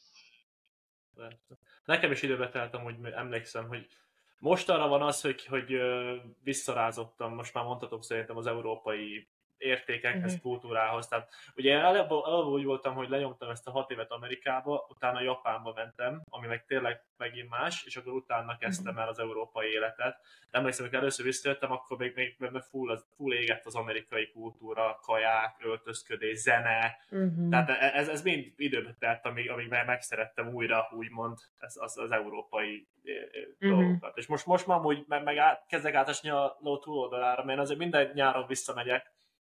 ja, ja. Nekem is időbe teltem, hogy emlékszem, hogy mostanra van az, hogy, hogy ö, visszarázottam, most már mondhatom szerintem az európai értékekhez, Mhm. kultúrához. Tehát ugye előbb, előbb úgy voltam, hogy lenyomtam ezt a hat évet Amerikába, utána Japánba mentem, ami meg tényleg megint más, és akkor utána kezdtem el az európai életet. De emlékszem, hogy először visszajöttem, akkor még, még, még full, az, full égett az amerikai kultúra, kaják, öltözködés, zene. Mhm. Tehát ez, ez mind időbe telt, amíg, amíg megszerettem újra, úgymond, ez, az, az európai Mhm. dolgokat. És most, most már amúgy meg, meg át, kezdek átesni a ló túloldalára, mert én azért minden nyáron visszamegyek,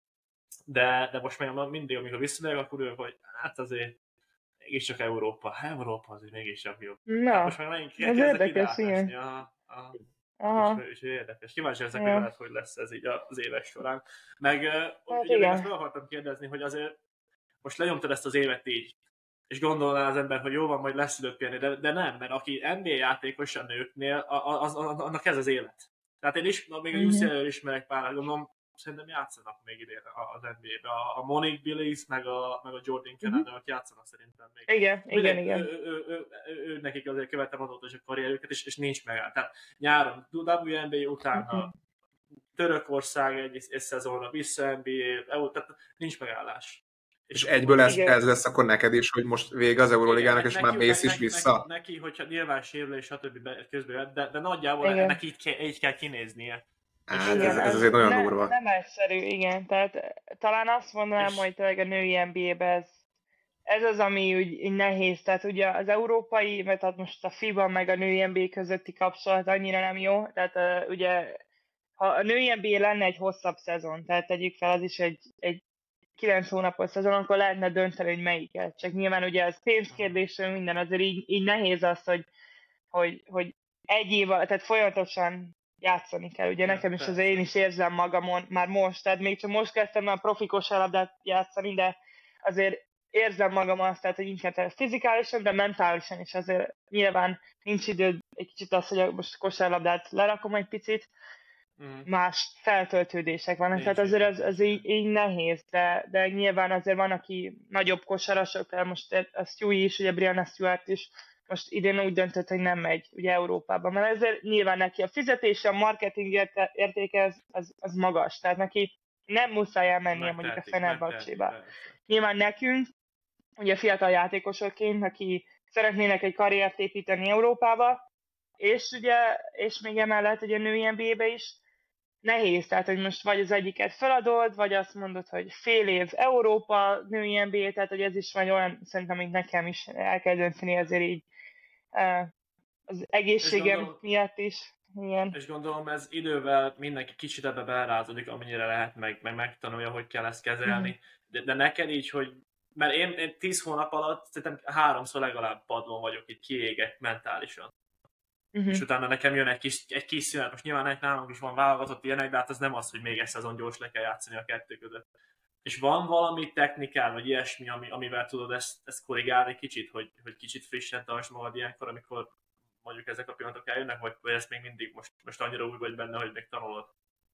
de, de most még mindig, amikor visszamegyek, akkor ülök, hogy hát azért mégiscsak Európa. Európa azért mégiscsak jobb. Hát Na, most már megint ez kezdek ide érdekes, igen. átesni. Aha, aha. Aha, Úgyhogy úgyhogy érdekes. Kíváncsi ezek, Ja. hogy lehet, hogy lesz ez így az évek során. Meg hát ugye még igen. azt meg akartam kérdezni, hogy azért most lenyomtad ezt az évet így, és gondolná az ember, hogy jó van, majd lesz időt pihenni, de, de nem, mert aki en bé á játékos a nőknél, az, az, annak ez az élet. Tehát én is, még a Mhm. u cé el-ről ismerek pár, gondolom, szerintem játszanak még idén az en bé á-be. A, a Monique Billis, meg a, meg a Jordan Canada, uh-huh. játszanak szerintem még. Igen, igen, igen. Ő, ő, ő, ő, ő, nekik azért követem azóta is a karrierüket, és, és nincs megáll. Tehát nyáron dupla vé en bé utána Mhm. Törökország egy, egy szezonra, vissza en bé á, EU, tehát nincs megállás. És egyből ez, Igen. ez lesz akkor neked is, hogy most vége az Euróligának, és neki, már mész is neki, vissza? Neki, neki, hogyha nyilván sérülés, stb. Közben, de, de nagyjából Igen. neki így kell, így kell kinéznie. Hát Igen, ez, ez azért nagyon ne, durva. Nem egyszerű, igen. Tehát talán azt mondanám, És- hogy tényleg a női en bé á-ben ez, ez az, ami úgy, úgy nehéz. Tehát ugye az európai, mert hát most a FIBA meg a női en bé á közötti kapcsolat annyira nem jó. Tehát uh, ugye, ha a női en bé á lenne egy hosszabb szezon, tehát tegyük fel, az is egy, egy kilenc hónapos szezon, akkor lehetne dönteni, hogy melyiket. Csak nyilván ugye ez pénzkérdésről minden, azért így, így nehéz az, hogy, hogy, hogy egy év, alatt, tehát folyamatosan játszani kell. Ugye Ja, nekem is persze. azért én is érzem magamon már most, tehát még csak most kezdtem már profi kosárlabdát játszani, de azért érzem magam azt, tehát, hogy inkább fizikálisan, de mentálisan is azért nyilván nincs idő egy kicsit az, hogy most kosárlabdát lerakom egy picit, Mm. más feltöltődések vannak, Nincs tehát azért idő, ez, ez nincs így, így nehéz, de, de nyilván azért van, aki nagyobb kosarasok, most a Stewie is, ugye Brianna Stewart is, most idén úgy döntött, hogy nem megy ugye Európába, mert ezért nyilván neki a fizetése, a marketing érte, értéke az, az, az magas, tehát neki nem muszáj elmennie mondjuk a Megtehetik, Fenerbahcsébe. megtehetik, persze. Nyilván nekünk, ugye fiatal játékosokként, aki szeretnének egy karriert építeni Európába, és ugye, és még emellett ugye női en bé á-be is, nehéz, tehát hogy most vagy az egyiket feladod, vagy azt mondod, hogy fél év Európa, női en bé á, tehát hogy ez is vagy olyan, szerintem, amit nekem is el kell dönteni azért így eh, az egészségem gondolom- miatt is. Igen. És gondolom ez idővel mindenki kicsit ebbe belerázódik, amennyire lehet, meg, meg megtanulja, hogy kell ezt kezelni. Mhm. De, de neked így, hogy mert én, én tíz hónap alatt szerintem háromszor legalább padlón vagyok, így kiégek mentálisan. Uh-huh. És utána nekem jön egy kis, egy kis szünet, most nyilván nálunk is van válogatott ilyenek, de hát ez nem az, hogy még egy szezon gyors le kell játszani a kettő között. És van valami technikál, vagy ilyesmi, ami, amivel tudod ezt, ezt korrigálni kicsit, hogy, hogy kicsit frissen tartsd magad ilyenkor, amikor mondjuk ezek a pillanatok eljönnek, vagy, vagy ezt még mindig most, most annyira úgy vagy benne, hogy még tanulod?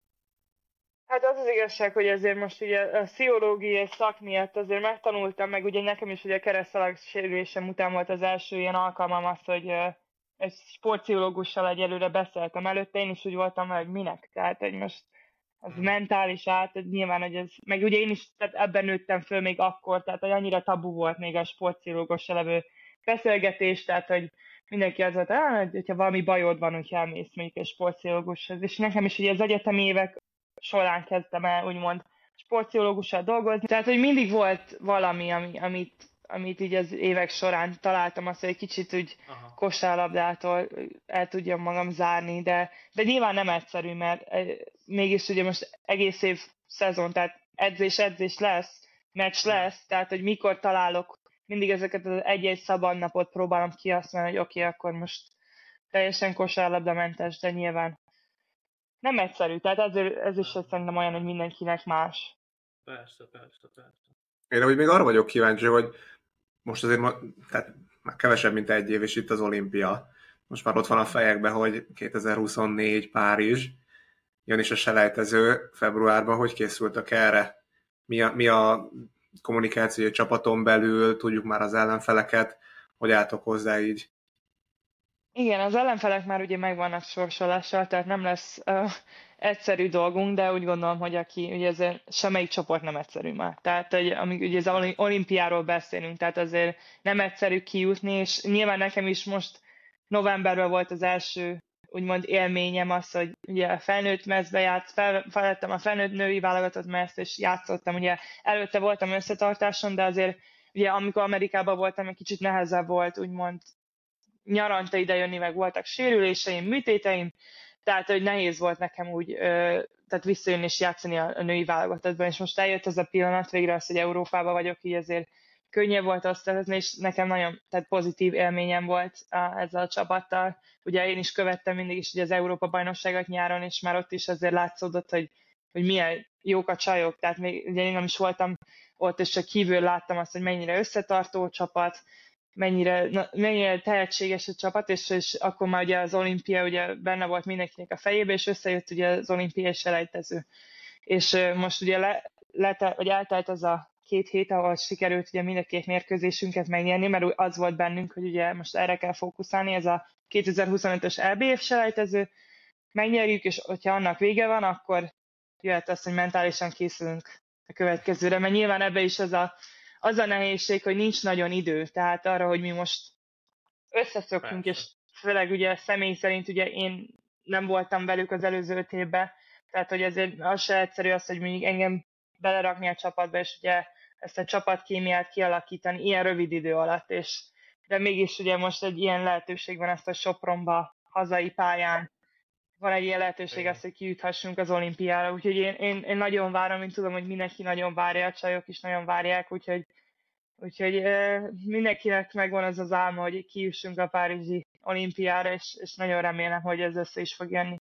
Hát az az igazság, hogy azért most ugye a pszichológiai szak miatt azért megtanultam, meg ugye nekem is ugye keresztalag sérülésem után volt az első ilyen alkalmam az, hogy uh, egy sportpszichológussal egyelőre beszéltem előtte, én is úgy voltam, hogy minek, tehát hogy most az Hmm. mentális át, nyilván, hogy ez, meg ugye én is tehát ebben nőttem föl még akkor, tehát hogy annyira tabu volt még a sportpszichológussal levő beszélgetés, tehát hogy mindenki az volt, ah, hogyha valami bajod van, hogy elmész mondjuk egy sportpszichológushoz, és nekem is ugye az egyetemi évek során kezdtem el úgymond sportpszichológussal dolgozni, tehát hogy mindig volt valami, ami, amit amit így az évek során találtam, azt, hogy egy kicsit úgy Aha. kosárlabdától el tudjam magam zárni, de, de nyilván nem egyszerű, mert eh, mégis ugye most egész év szezon, tehát edzés, edzés lesz, meccs lesz, tehát hogy mikor találok, mindig ezeket az egy-egy szabad napot próbálom kihasználni, hogy oké, okay, akkor most teljesen kosárlabdamentes, de nyilván nem egyszerű, tehát ezért, ez is szerintem olyan, hogy mindenkinek más. Persze, persze, persze. Én úgy még arra vagyok kíváncsi, hogy most azért ma, tehát már kevesebb, mint egy év, és itt az olimpia. Most már ott van a fejekben, hogy kétezer-huszonnégy Párizs, jön is a selejtező februárban, hogy készültek erre? Mi a, mi a kommunikáció a csapaton belül, tudjuk már az ellenfeleket, hogy álltok hozzá így? Igen, az ellenfelek már ugye megvannak sorsolással, tehát nem lesz uh, egyszerű dolgunk, de úgy gondolom, hogy aki, ugye ezért semmelyik csoport nem egyszerű már. Tehát, hogy, amíg ugye az olimpiáról beszélünk, tehát azért nem egyszerű kijutni, és nyilván nekem is most novemberben volt az első úgymond élményem az, hogy ugye a felnőtt mezbe játsz, fel, felettem a felnőtt női válogatott mezt, és játszottam, ugye előtte voltam összetartáson, de azért ugye amikor Amerikában voltam, egy kicsit nehezebb volt, úgymond nyaranta idejönni, meg voltak sérüléseim, műtéteim, tehát hogy nehéz volt nekem úgy, ö, tehát visszajönni és játszani a, a női válogatottban, és most eljött ez a pillanat végre az, hogy Európában vagyok, így azért könnyebb volt azt tehezni, és nekem nagyon tehát pozitív élményem volt a, ezzel a csapattal. Ugye én is követtem mindig is ugye az Európa-bajnokságot nyáron, és már ott is azért látszódott, hogy, hogy milyen jók a csajok, tehát még ugye én nem is voltam ott, és csak kívül láttam azt, hogy mennyire összetartó csapat, mennyire, na, mennyire tehetséges a csapat, és, és akkor már ugye az olimpia ugye benne volt mindenkinek a fejébe, és összejött ugye az olimpiai selejtező. És uh, most ugye le, lete, vagy eltelt az a két hét, ahol sikerült ugye mind a két mérkőzésünket megnyerni, mert az volt bennünk, hogy ugye most erre kell fókuszálni, ez a kétezer-huszonötös é bé ef selejtező, megnyerjük, és hogyha annak vége van, akkor jöhet az, hogy mentálisan készülünk a következőre, mert nyilván ebbe is az a az a nehézség, hogy nincs nagyon idő, tehát arra, hogy mi most összeszokjunk, és főleg ugye személy szerint ugye én nem voltam velük az előző öt évben, tehát hogy ezért az se egyszerű az, hogy mondjuk engem belerakni a csapatba, és ugye ezt a csapatkémiát kialakítani ilyen rövid idő alatt, és de mégis ugye most egy ilyen lehetőség van ezt a Sopronba, hazai pályán, van egy ilyen lehetőség az, hogy kijuthassunk az olimpiára, úgyhogy én, én, én nagyon várom, én tudom, hogy mindenki nagyon várja, a csajok is nagyon várják, úgyhogy, úgyhogy eh, mindenkinek megvan az az álma, hogy kijussunk a párizsi olimpiára, és, és nagyon remélem, hogy ez össze is fog jönni.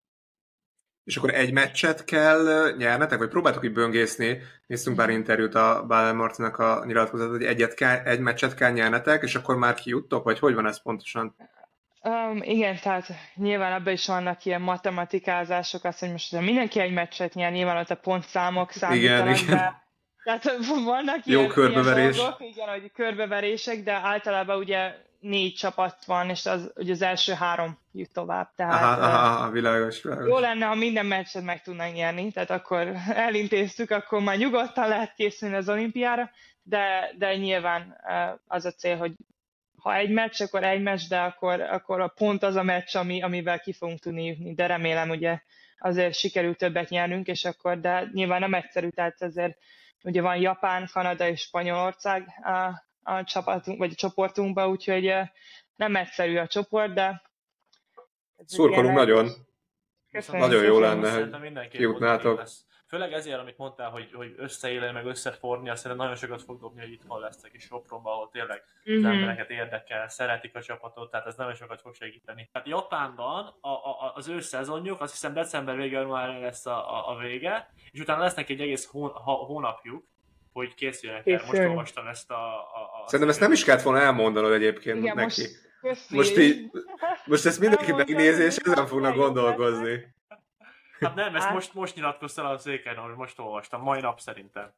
És akkor egy meccset kell nyernetek, vagy próbáltok így böngészni, néztünk pár interjút a Bálel Martinak a nyilatkozatot, hogy egyet kell, egy meccset kell nyernetek, és akkor már kijuttok, vagy hogy van ez pontosan? Um, igen, tehát nyilván abban is vannak ilyen matematikázások, azt, hogy most mindenki egy meccset nyer, nyilván ott a pontszámok számítanak, igen, igen. de tehát vannak jó ilyen, körbeverés. ilyen dolgok, igen, hogy körbeverések, de általában ugye négy csapat van, és az, ugye az első három jut tovább. Tehát, aha, aha, világos, világos. Jó lenne, ha minden meccset meg tudnánk nyerni, tehát akkor elintéztük, akkor már nyugodtan lehet készülni az olimpiára, de, de nyilván az a cél, hogy ha egy meccs, akkor egy meccs, de akkor, akkor a pont az a meccs, ami, amivel ki fogunk tudni jutni. De remélem, ugye azért sikerült többet nyernünk, és akkor, de nyilván nem egyszerű, tehát azért ugye van Japán, Kanada és Spanyolország a, a csapatunk, vagy a csoportunkban, úgyhogy nem egyszerű a csoport, de... Szurkolunk nagyon. Köszönöm, nagyon jó köszönöm. lenne, kijutnátok. Főleg ezért, amit mondtál, hogy, hogy összeélni, meg összeforni, azt szerintem nagyon sokat fog dobni, hogy itthon lesznek, és Sopronban, ahol tényleg mm-hmm. az embereket érdekel, szeretik a csapatot, tehát ez nagyon sokat fog segíteni. Tehát Japánban a, a, az ő szezonjuk, azt hiszem december vége, január lesz a, a, a vége, és utána lesznek egy egész hón, ha, hónapjuk, hogy készüljenek el. Most olvastam ezt a... a, a Szerintem ezt nem is kellett volna elmondanod egyébként igen, neki. Most, most, így, most ezt mindenki megnézi, és ezen fognak gondolkozni. Hát nem, ezt most, most nyilatkoztál a széken, hogy most olvastam, mai nap szerintem.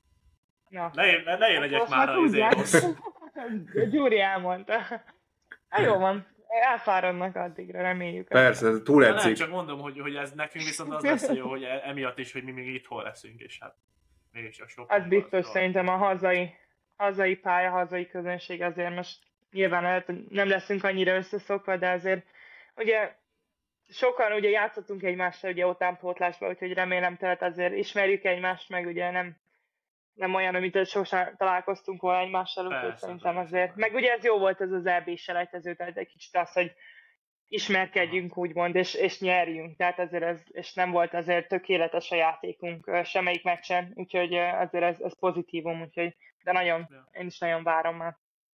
Ja. Ne, ne, ne jön legyek már az énosz. Gyuri elmondta. Hát jó van, elfáradnak addigra, reméljük. Persze, túledzik. Nem, csak mondom, hogy, hogy ez nekünk viszont az lesz jó, hogy emiatt is, hogy mi még itthon leszünk, és hát mégis a sok. Az biztos, szerintem a hazai, hazai pálya, hazai közönség azért most nyilván lehet, hogy nem leszünk annyira összeszokva, de azért ugye sokan ugye játszottunk egymással ugye utánpótlásba, úgyhogy remélem, tehát azért ismerjük egymást, meg ugye nem, nem olyan, amit sosem találkoztunk volna egymással, úgyhogy Persze, szerintem persze, azért. persze. Meg ugye ez jó volt ez az é bé selejtező, tehát egy kicsit az, hogy ismerkedjünk úgymond, és, és nyerjünk. Tehát azért ez, és nem volt azért tökéletes a játékunk ö, semmelyik meccsen, úgyhogy ö, azért ez, ez pozitívum, úgyhogy, de nagyon, Ja. én is nagyon várom már.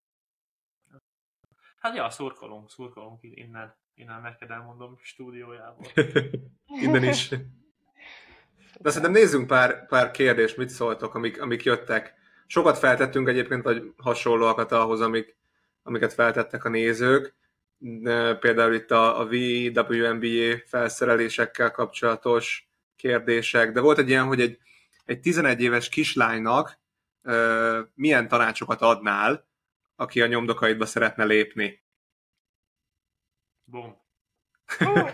Hát ja, szurkolunk, szurkolunk innen, innen neked elmondom stúdiójából. Innen is. De szerintem nézzünk pár, pár kérdést, mit szóltok, amik, amik jöttek. Sokat feltettünk egyébként, vagy hasonlóakat ahhoz, amik, amiket feltettek a nézők. De például itt a, a vé dupla vé en bé á felszerelésekkel kapcsolatos kérdések, de volt egy ilyen, hogy egy, egy tizenegy éves kislánynak uh, milyen tanácsokat adnál, aki a nyomdokaidba szeretne lépni. Bum. Uh,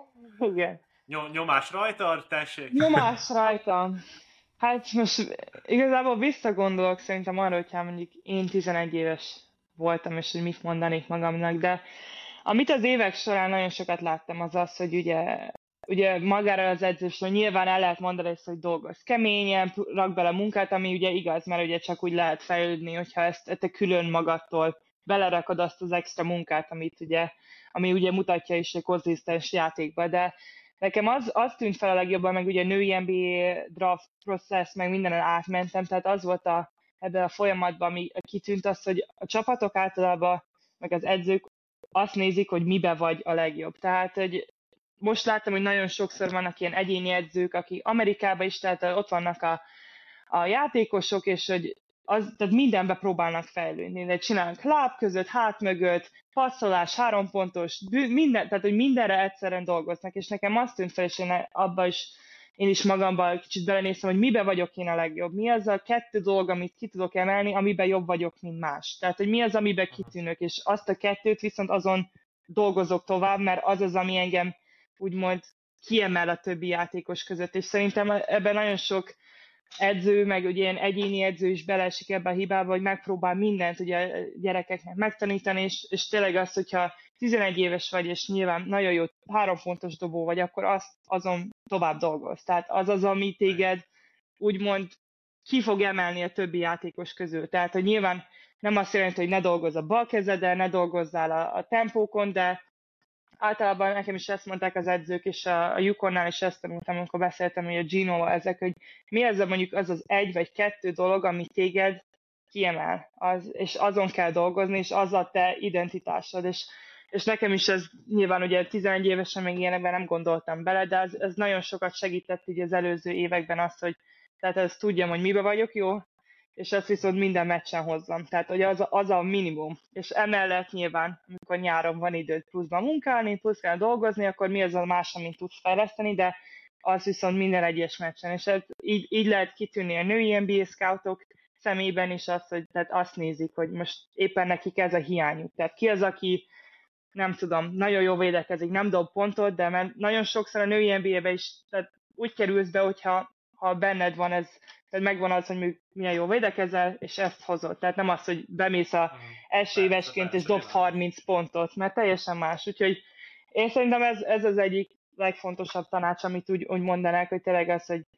igen. Nyom, nyomás rajta, tessék. Nyomás rajtam. Hát most igazából visszagondolok szerintem arra, hogyha mondjuk én tizenegy éves voltam, és hogy mit mondanék magamnak, de amit az évek során nagyon sokat láttam, az az, hogy ugye, ugye magára az edzésről nyilván el lehet mondani ezt, hogy dolgozz keményen, rak bele munkát, ami ugye igaz, mert ugye csak úgy lehet fejlődni, hogyha ezt te külön magadtól belerakod azt az extra munkát, amit ugye, ami ugye mutatja is egy konzisztens játékba, de nekem az, az tűnt fel a legjobban, meg ugye a női en bé á draft process, meg mindenen átmentem, tehát az volt a, ebben a folyamatban, ami kitűnt az, hogy a csapatok általában, meg az edzők azt nézik, hogy mibe vagy a legjobb. Tehát, hogy most láttam, hogy nagyon sokszor vannak ilyen egyéni edzők, akik Amerikában is, tehát ott vannak a, a játékosok, és hogy az, tehát mindenbe próbálnak fejlődni. De csinálnak láb között, hát mögött, passzolás, három pontos, minden, tehát hogy mindenre egyszerűen dolgoznak, és nekem azt tűnt fel, és én abba is, én is magamban kicsit belenéztem, hogy mibe vagyok én a legjobb. Mi az a kettő dolog, amit ki tudok emelni, amiben jobb vagyok, mint más. Tehát, hogy mi az, amiben kitűnök, és azt a kettőt viszont azon dolgozok tovább, mert az az, ami engem úgymond kiemel a többi játékos között, és szerintem ebben nagyon sok edző, meg ugye ilyen egyéni edző is beleesik ebbe a hibába, hogy megpróbál mindent ugye a gyerekeknek megtanítani, és, és tényleg az, hogyha tizenegy éves vagy, és nyilván nagyon jó három fontos dobó vagy, akkor azt azon tovább dolgoz. Tehát az az, ami téged úgymond ki fog emelni a többi játékos közül. Tehát, hogy nyilván nem azt jelenti, hogy ne dolgozz a bal kezeden, ne dolgozzál a, a tempókon, de általában nekem is ezt mondták az edzők, és a, a Yukonnál is ezt tanultam, amikor beszéltem, hogy a Ginoval ezek, hogy mi ez a mondjuk az az egy vagy kettő dolog, ami téged kiemel, az, és azon kell dolgozni, és az a te identitásod, és, és nekem is ez nyilván ugye tizenegy évesen még ilyenekben nem gondoltam bele, de ez, ez nagyon sokat segített így az előző években azt, hogy tehát ezt tudjam, hogy mibe vagyok jó, és ezt viszont minden meccsen hozzam. Tehát, hogy az, az a minimum. És emellett nyilván, amikor nyáron van időd pluszban munkálni, plusz kell dolgozni, akkor mi az a más, amit tudsz fejleszteni, de az viszont minden egyes meccsen. És ez, így, így lehet kitűnni a női en bé á scoutok szemében is azt, hogy tehát azt nézik, hogy most éppen nekik ez a hiányuk. Tehát ki az, aki nem tudom, nagyon jó védekezik, nem dob pontot, de mert nagyon sokszor a női en bé á-be is tehát úgy kerülsz be, hogyha ha benned van ez, tehát megvan az, hogy milyen jó védekezel, és ezt hozod. Tehát nem az, hogy bemész a első évesként, és dobsz harminc pontot, mert teljesen más. Úgyhogy én szerintem ez, ez az egyik legfontosabb tanács, amit úgy, úgy mondanák, hogy tényleg az, hogy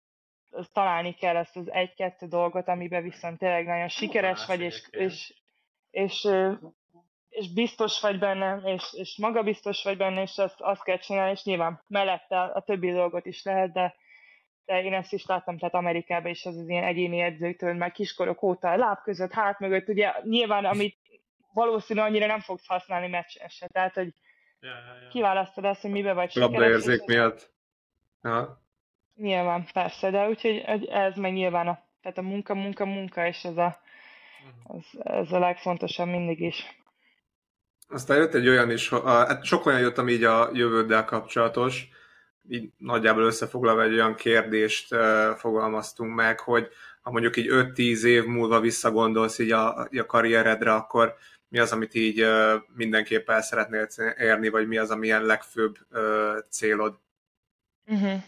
találni kell ezt az egy-kettő dolgot, amiben viszont tényleg nagyon sikeres vagy, és, és, és, és biztos vagy benne, és, és magabiztos vagy benne, és azt, azt kell csinálni, és nyilván mellette a többi dolgot is lehet, de de én ezt is láttam, tehát Amerikában is az, az ilyen egyéni edzőktől, meg kiskorok óta láb között, hát mögött, ugye nyilván, amit valószínűleg annyira nem fogsz használni meccsen se, tehát, hogy ja, ja, ja. kiválasztod azt, hogy miben vagy sikeres. Labdaérzék miatt. Ja. Nyilván, persze, de úgyhogy ez meg nyilván a, tehát a munka, munka, munka, és ez a, az, ez a legfontosabb mindig is. Aztán jött egy olyan is, hát sok olyan jött, ami így a jövőddel kapcsolatos, így nagyjából összefoglalva egy olyan kérdést uh, fogalmaztunk meg, hogy ha mondjuk így öt-tíz év múlva visszagondolsz így a, a karrieredre, akkor mi az, amit így uh, mindenképp el szeretnél érni, vagy mi az, ami ilyen legfőbb uh, célod? Uh-huh.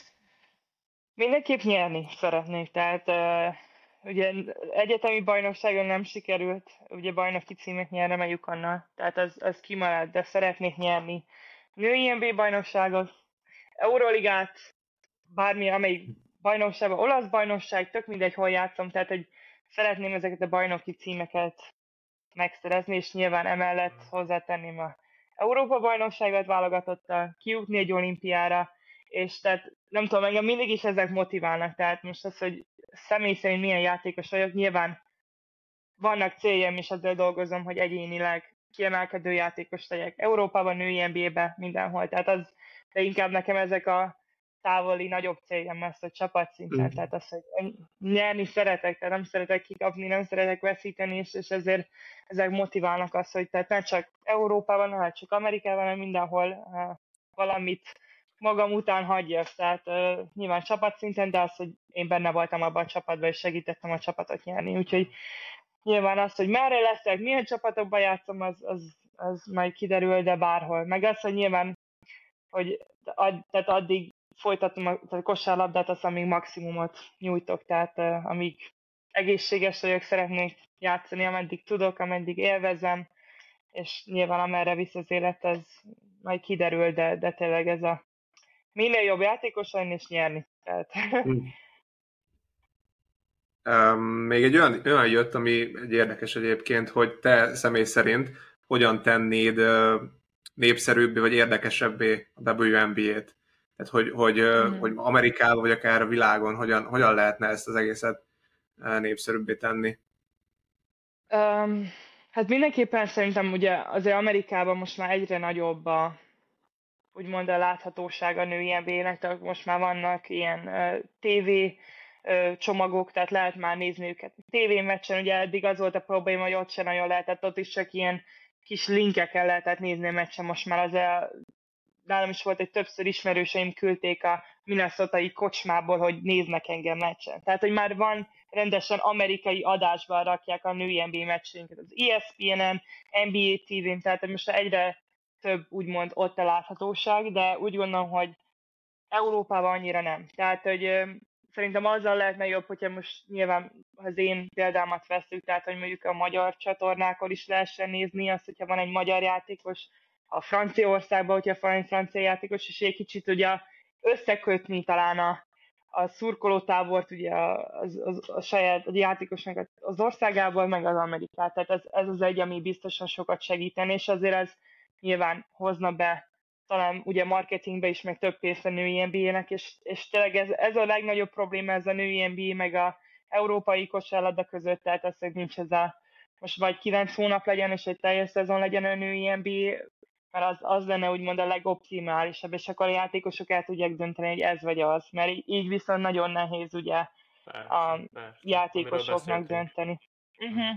Mindenképp nyerni szeretnék, tehát uh, ugye egyetemi bajnokságon nem sikerült, ugye bajnoki címet nyerni a Yukonnal, tehát az, az kimaradt, de szeretnék nyerni női en bé á bajnokságot, Euroligát, bármi, amelyik bajnokságban, olasz bajnokság, tök mindegy, hol játszom, tehát hogy szeretném ezeket a bajnoki címeket megszerezni, és nyilván emellett hozzátenném a Európa bajnokságot válogatottal, kijutni egy olimpiára, és tehát nem tudom, engem mindig is ezek motiválnak, tehát most az, hogy személy szerint milyen játékos vagyok, nyilván vannak céljaim, és ezzel dolgozom, hogy egyénileg kiemelkedő játékos legyek. Európában, női en bé á-ben, mindenhol, tehát az, de inkább nekem ezek a távoli, nagyobb céljaim ezt a csapatszinten, mm. tehát az, hogy nyerni szeretek, tehát nem szeretek kikapni, nem szeretek veszíteni, és, és ezért ezek motiválnak azt, hogy tehát ne csak Európában, ne csak Amerikában, hanem mindenhol uh, valamit magam után hagyjak, tehát uh, nyilván csapatszinten, de az, hogy én benne voltam abban a csapatban, és segítettem a csapatot nyerni, úgyhogy nyilván az, hogy merre leszek, milyen csapatokban játszom, az, az, az majd kiderül, de bárhol. Meg az, hogy nyilván, hogy ad, tehát addig folytatom a, a kosárlabdát, az, amíg maximumot nyújtok, tehát uh, amíg egészséges vagyok, szeretnék játszani, ameddig tudok, ameddig élvezem, és nyilván amerre visz az élet, az majd kiderül, de, de tényleg ez a minél jobb játékos lenni és nyerni. Tehát. Hmm. Um, még egy olyan, olyan jött, ami egy érdekes egyébként, hogy te személy szerint hogyan tennéd uh, népszerűbbé vagy érdekesebbé a dupla vé en bé á-t. Tehát, hogy, hogy, mm. hogy Amerikában, vagy akár a világon hogyan, hogyan lehetne ezt az egészet népszerűbbé tenni? Um, hát mindenképpen szerintem ugye azért Amerikában most már egyre nagyobb a, úgymond a láthatóság a női en bé á-nek, tehát most már vannak ilyen uh, tévé uh, csomagok, tehát lehet már nézni őket tévémeccsen, ugye eddig az volt a probléma, hogy ott sem nagyon lehetett, ott is csak ilyen kis linkekkel lehetett nézni a meccsen, most már az a nálam is volt, hogy többször ismerőseim küldték a minnesotai kocsmából, hogy néznek engem meccsen. Tehát, hogy már van rendesen amerikai adásban rakják a női en bé á meccseinket az é es pé en-en, en bé á té vén, tehát most egyre több úgymond ott a láthatóság, de úgy gondolom, hogy Európában annyira nem. Tehát, hogy ö, szerintem azzal lehetne jobb, hogyha most nyilván az én példámat veszük, tehát, hogy mondjuk a magyar csatornákon is lehessen nézni azt, hogyha van egy magyar játékos, a Franciaországban, hogyha van egy francia játékos, és egy kicsit ugye összekötni talán a, a szurkolótábort ugye az, az, a saját a játékosnak az országából, meg az Amerikát. Tehát ez, ez az egy, ami biztosan sokat segíteni, és azért ez nyilván hozna be talán ugye marketingbe is, meg több pénzt a női en bé á-nek, és, és tényleg ez, ez a legnagyobb probléma, ez a női en bé á meg a európai kosárlabda között, tehát az, hogy nincs ez a most vagy kilenc hónap legyen, és egy teljes szezon legyen a női en bé á, mert az, az lenne úgymond a legoptimálisabb, és akkor a játékosok el tudják dönteni, hogy ez vagy az, mert így viszont nagyon nehéz ugye persze, a persze. játékosoknak dönteni. Uh-huh.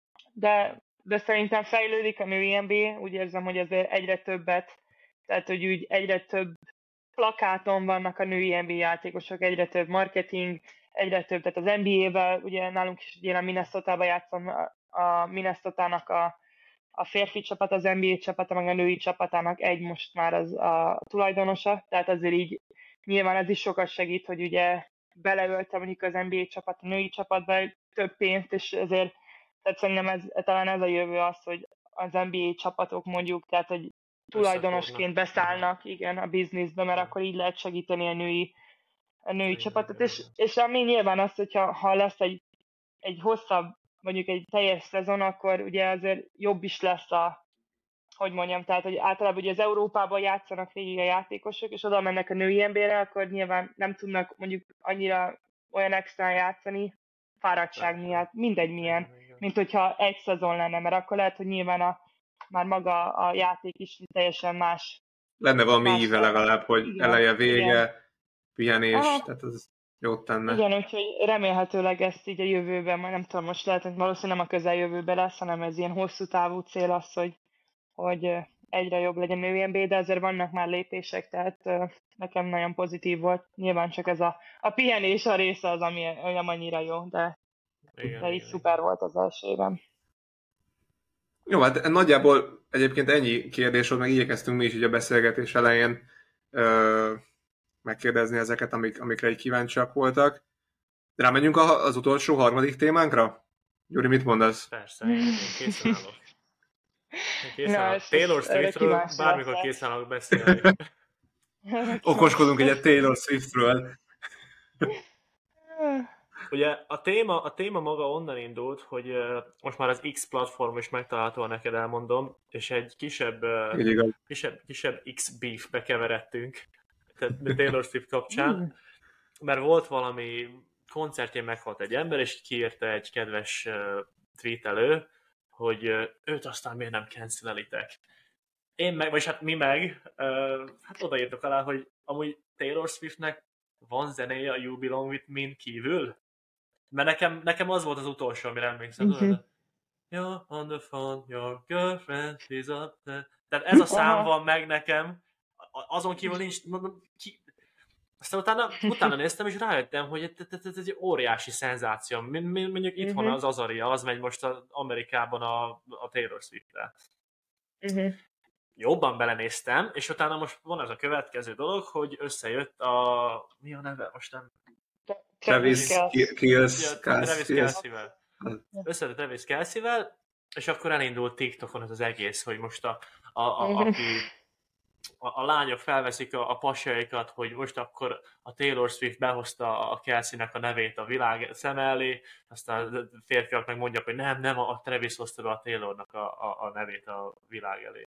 De, de szerintem fejlődik a női en bé á, úgy érzem, hogy azért egyre többet, tehát hogy úgy egyre több plakáton vannak a női en bé á játékosok, egyre több marketing, egyre több, tehát az en bé á-vel, ugye nálunk is ugye a Minnesota-ba játszom, a Minnesota-nak a a férfi csapat, az en bé á csapata, meg a női csapatának egy most már az a tulajdonosa, tehát azért így nyilván ez is sokat segít, hogy ugye beleölte mondjuk az en bé á csapat a női csapatba több pénzt, és ezért tehát szerintem ez, talán ez a jövő az, hogy az en bé á csapatok mondjuk, tehát hogy tulajdonosként beszállnak igen, a bizniszbe, mert akkor így lehet segíteni a női, a női csapatot, és, és ami nyilván az, hogyha ha lesz egy, egy hosszabb mondjuk egy teljes szezon, akkor ugye azért jobb is lesz a, hogy mondjam, tehát hogy általában ugye az Európában játszanak végig a játékosok, és oda mennek a női en bé á-re, akkor nyilván nem tudnak mondjuk annyira olyan extrán játszani, fáradtság miatt, mindegy milyen, mint hogyha egy szezon lenne, mert akkor lehet, hogy nyilván a, már maga a játék is teljesen más. Lenne valami íve legalább, hogy igen, eleje, vége, igen. Pihenés, aha. Tehát az jót tenne. Igen, úgyhogy remélhetőleg ezt így a jövőben, majd nem tudom, most lehet, hogy valószínűleg nem a közeljövőben lesz, hanem ez ilyen hosszú távú cél az, hogy, hogy egyre jobb legyen női en bé á, de azért vannak már lépések, tehát nekem nagyon pozitív volt. Nyilván csak ez a, a pihenés a része az, ami nem annyira jó, de, igen, de így igen, szuper igen. volt az első évem. Jó, hát nagyjából egyébként ennyi kérdés volt, meg igyekeztünk mi is így a beszélgetés elején ö, megkérdezni ezeket, amik, amikre egy kíváncsiak voltak. De rámenjünk az utolsó, harmadik témánkra? Gyuri, mit mondasz? Persze, én, én készen állok. Én készen állok. Taylor Swiftről bármikor készen állok beszélni. Okoskodunk egyet Taylor Swiftről. Ugye a téma, a téma maga onnan indult, hogy uh, most már az X platform is megtalálható, neked elmondom, és egy kisebb, uh, Így igaz. kisebb, kisebb X beefbe keveredtünk, tehát Taylor Swift kapcsán, mert volt valami koncertjén meghalt egy ember, és kiírta egy kedves uh, tweetelő, hogy uh, őt aztán miért nem cancelitek. Én meg, vagyis hát mi meg, uh, hát odaírtok alá, hogy amúgy Taylor Swiftnek van zenéje a You Belong With Me-n kívül? Mert nekem, nekem az volt az utolsó, amire emlékszem. Mhm. You're on the phone, your girlfriend is up there. Tehát ez a szám Aha. van meg nekem, A- azon kívül nincs... mondom, ki... Aztán utána, utána néztem, és rájöttem, hogy ez, ez, ez egy óriási szenzáció. Mi- mi- Mondjuk itthon Mhm. az Azaria, az megy most az Amerikában a, a Taylor Swift-re. Mhm. Jobban belenéztem, és utána most van ez a következő dolog, hogy összejött a... Mi a neve? Most nem... Travis Kelce. Kills. Ja, Travis Kills. Kelce-vel. Összejött a Travis Kelce-vel, és akkor elindult TikTokon az, az egész, hogy most a, a, a, aki, a, a lányok felveszik a, a pasjaikat, hogy most akkor a Taylor Swift behozta a Kelce-nek a nevét a világ szem elé, aztán a férfiak meg mondják, hogy nem, nem, a Travis hozta be a Taylornak a, a, a nevét a világ elé.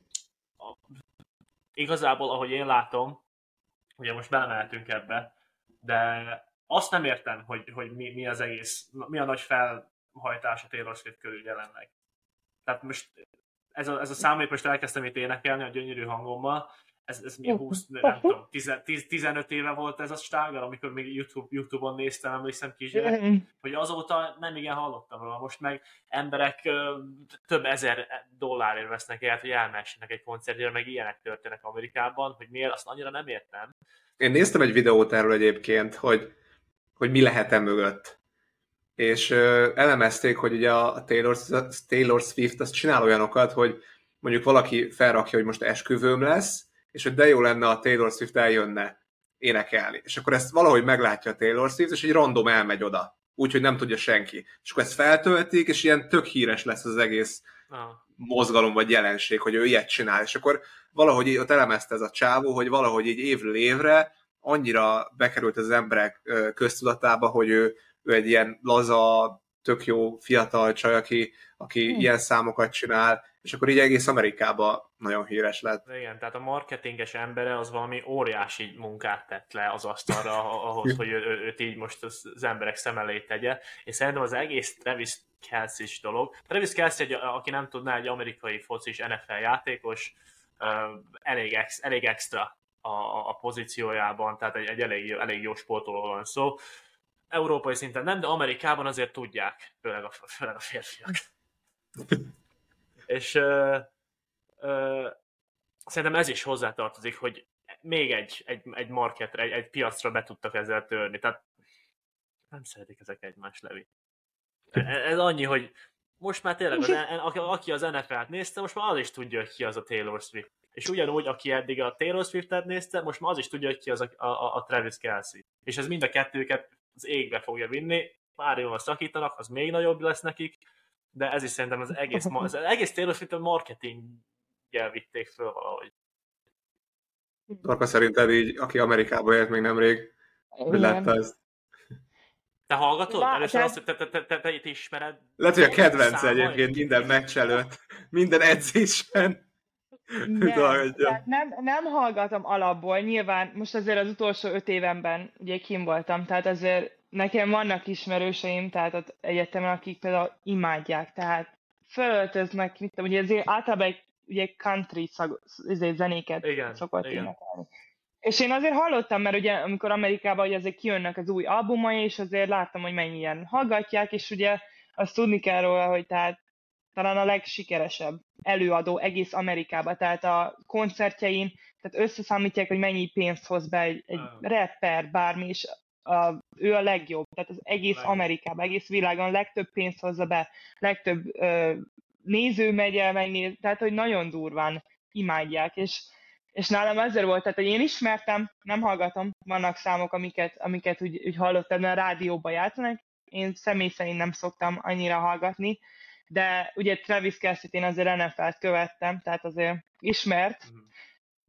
A, igazából, ahogy én látom, ugye most belemehetünk ebbe, de azt nem értem, hogy, hogy mi, mi az egész, mi a nagy felhajtás a Taylor Swift körül jelenleg. Tehát most ez a, ez a szám, amit most elkezdtem itt énekelni a gyönyörű hangommal, ez, ez mi húsz, nem tudom, tíz, tizenöt éve volt ez a stáger, amikor még YouTube, YouTube-on néztem, emlékszem kisgyerek, hogy azóta nem igen hallottam róla. Most meg emberek ö, több ezer dollárért vesznek el, hogy elmessenek egy koncertjére, meg ilyenek történnek Amerikában, hogy miért, azt annyira nem értem. Én néztem egy videót erről egyébként, hogy, hogy mi lehet-e mögött. És ö, elemezték, hogy ugye a Taylor, Taylor Swift azt csinál olyanokat, hogy mondjuk valaki felrakja, hogy most esküvőm lesz, és hogy de jó lenne, a Taylor Swift eljönne énekelni. És akkor ezt valahogy meglátja a Taylor Swift, és egy random elmegy oda. Úgyhogy nem tudja senki. És akkor ezt feltöltik, és ilyen tök híres lesz az egész Ah. mozgalom vagy jelenség, hogy ő ilyet csinál. És akkor valahogy ott elemezte ez a csávó, hogy valahogy így évről évre annyira bekerült az emberek köztudatába, hogy ő, ő egy ilyen laza, tök jó fiatal csaj, aki, aki hmm. ilyen számokat csinál, és akkor így egész Amerikában nagyon híres lett. Igen, tehát a marketinges embere az valami óriási munkát tett le az asztalra ahhoz, hogy ő, ő, őt így most az, az emberek szem elé tegye, és szerintem az egész Travis Kelce-s dolog. Travis Kelce, egy, aki nem tudná, egy amerikai focis en ef el játékos, elég, ex, elég extra a, a, a pozíciójában, tehát egy, egy elég, elég jó sportoló van szó. Európai szinten nem, de Amerikában azért tudják, főleg a, főleg a férfiak. És uh, uh, szerintem ez is hozzátartozik, hogy még egy, egy, egy marketre, egy, egy piacra be tudtak ezzel törni. Tehát nem szeretik ezek egymást, Levi. Ez annyi, hogy most már tényleg, az, aki az en ef el-t nézte, most már az is tudja, hogy ki az a Taylor Swift. És ugyanúgy, aki eddig a Taylor Swift-et nézte, most már az is tudja, hogy ki az a, a, a Travis Kelce. És ez mind a kettőket az égbe fogja vinni, pár évvel szakítanak, az még nagyobb lesz nekik, de ez is szerintem az egész, az egész Taylor Swift a marketinggel vitték föl valahogy. Torka szerinted így, aki Amerikában élt még nemrég, hogy látta ezt? Te hallgatod? Lá- Először te- azt, hogy te, te, te, te, te, te ismered? Lehet, hogy a kedvenc Számai? egyébként minden meccs előtt, minden edzésen. Nem, Hallgatja. tehát nem, nem hallgatom alapból, nyilván most azért az utolsó öt évemben ugye kim voltam, tehát azért nekem vannak ismerőseim, tehát ott egyetemen, akik például imádják, tehát fölöltöznek, mit tudom, ugye azért általában egy ugye country szag, azért zenéket Igen, szokott igen. énekelni. És én azért hallottam, mert ugye amikor Amerikában ugye azért kijönnek az új albumai, és azért láttam, hogy mennyien hallgatják, és ugye azt tudni kell róla, hogy tehát talán a legsikeresebb előadó egész Amerikában, tehát a koncertjein, tehát összeszámítják, hogy mennyi pénzt hoz be egy, egy rapper, bármi, és a, ő a legjobb, tehát az egész Legjobb. Amerikában, egész világon legtöbb pénzt hozza be, legtöbb ö, néző megy el megnéz, tehát hogy nagyon durván imádják, és, és nálam ezzel volt, tehát hogy én ismertem, nem hallgatom, vannak számok, amiket, amiket úgy, úgy hallottam, mert a rádióban játszanak, én személy szerint nem szoktam annyira hallgatni, de ugye Travis Kelce-t én azért en ef el-t követtem, tehát azért ismert,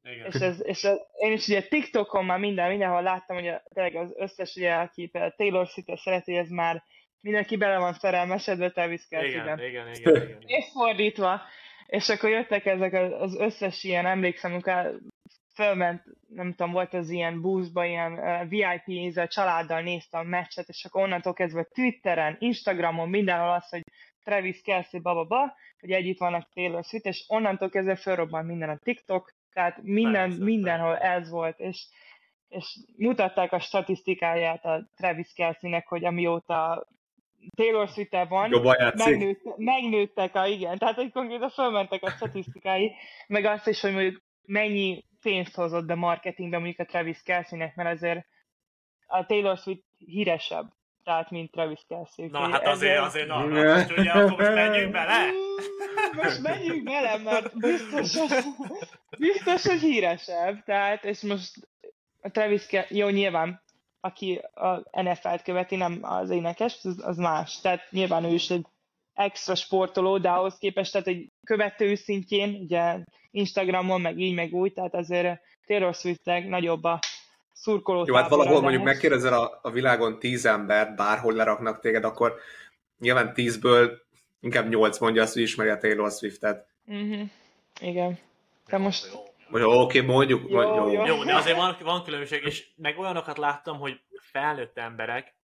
Igen. És, ez, és ez, én is ugye TikTokon már minden, mindenhol láttam, hogy a, tényleg az összes, ugye, aki például Taylor Swift-et szereti, ez már mindenki bele van szerelmesedve Travis Kelce-ben. Igen, igen, igen, igen, igen. És fordítva. És akkor jöttek ezek az, az összes ilyen, emlékszem, amikor fölment, nem tudom, volt az ilyen boostba, ilyen uh, vé i pé-zel, családdal néztem a meccset, és akkor onnantól kezdve Twitteren, Instagramon, mindenhol az, hogy Travis Kelce, bababa, hogy együtt vannak Taylor Swift, és onnantól kezdve fölrobban minden a TikTok, tehát minden, Persze, mindenhol persze. ez volt, és, és mutatták a statisztikáját a Travis Kelce-nek, hogy amióta Taylor Swift-tel van, Jobban játszik. megnőtt, megnőttek a, igen, tehát hogy konkrétan fölmentek a statisztikái, meg azt is, hogy mondjuk mennyi pénzt hozott be marketingbe mondjuk a Travis Kelce-nek, mert azért a Taylor Swift híresebb, tehát mint Travis Kelce. Na hát azért, azért, na, na, most ugye, akkor most menjünk bele? Most menjünk bele, mert biztos, hogy, biztos, hogy híresebb, tehát, és most a Travis Kelce, jó, nyilván, aki a en ef el-t követi, nem az énekes, az, az más. Tehát nyilván ő is egy extra sportoló, de ahhoz képest, tehát egy követő szintjén, ugye Instagramon, meg így, meg úgy, tehát azért Taylor Swift-nek nagyobb a szurkoló Jó, hát valahol tábora, mondjuk de- megkérdezel a, a világon tíz embert, bárhol leraknak téged, akkor nyilván tízből inkább nyolc mondja azt, hogy ismeri a Taylor Swiftet. Mhm. Igen. De most... Jó. Vagy oké, okay, mondjuk, Jó, vagy jó. jó. Jó, de azért van, van különbség, és meg olyanokat láttam, hogy felnőtt emberek,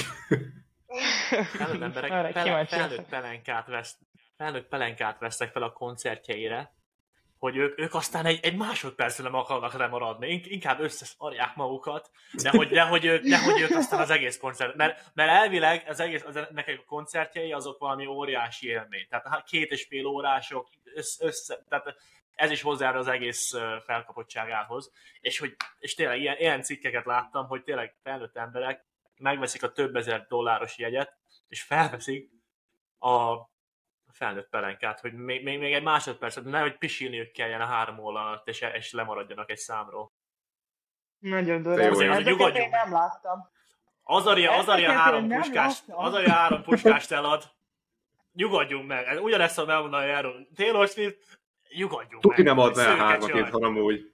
felnőtt emberek Arra fel, kíváncsi felnőtt, leszek. pelenkát vesz, felnőtt pelenkát vesznek fel a koncertjeire, hogy ők, ők aztán egy, egy másodpercre nem akarnak lemaradni, In- inkább összeszarják magukat, de hogy, de, hogy ők, de hogy ők aztán az egész koncert, mert, mert elvileg az egész, az, nekik a koncertjei azok valami óriási élmény, tehát hát két és fél órások, össze, össze, tehát ez is hozzájárul az egész ö, felkapottságához, és, hogy, és tényleg ilyen, ilyen cikkeket láttam, hogy tényleg felnőtt emberek megveszik a több ezer dolláros jegyet, és felveszik a felnőtt pelenkát, hogy még, még, még egy másodpercet, nehogy pisilniük kelljen a három óra alatt, és, és lemaradjanak egy számról. Nagyon De durva. jó, azért, Ezeket hogy nyugodjunk. én nem láttam. Azarja, Azarja Ezeket három én nem puskást, láttam. Azarja három puskást elad. Nyugodjunk meg. Ez ugyanezt tudom elmondani erről. Taylor Swift, nyugodjunk Tuki meg. nem adná el Szőke hármat csaj. itt, hanem úgy.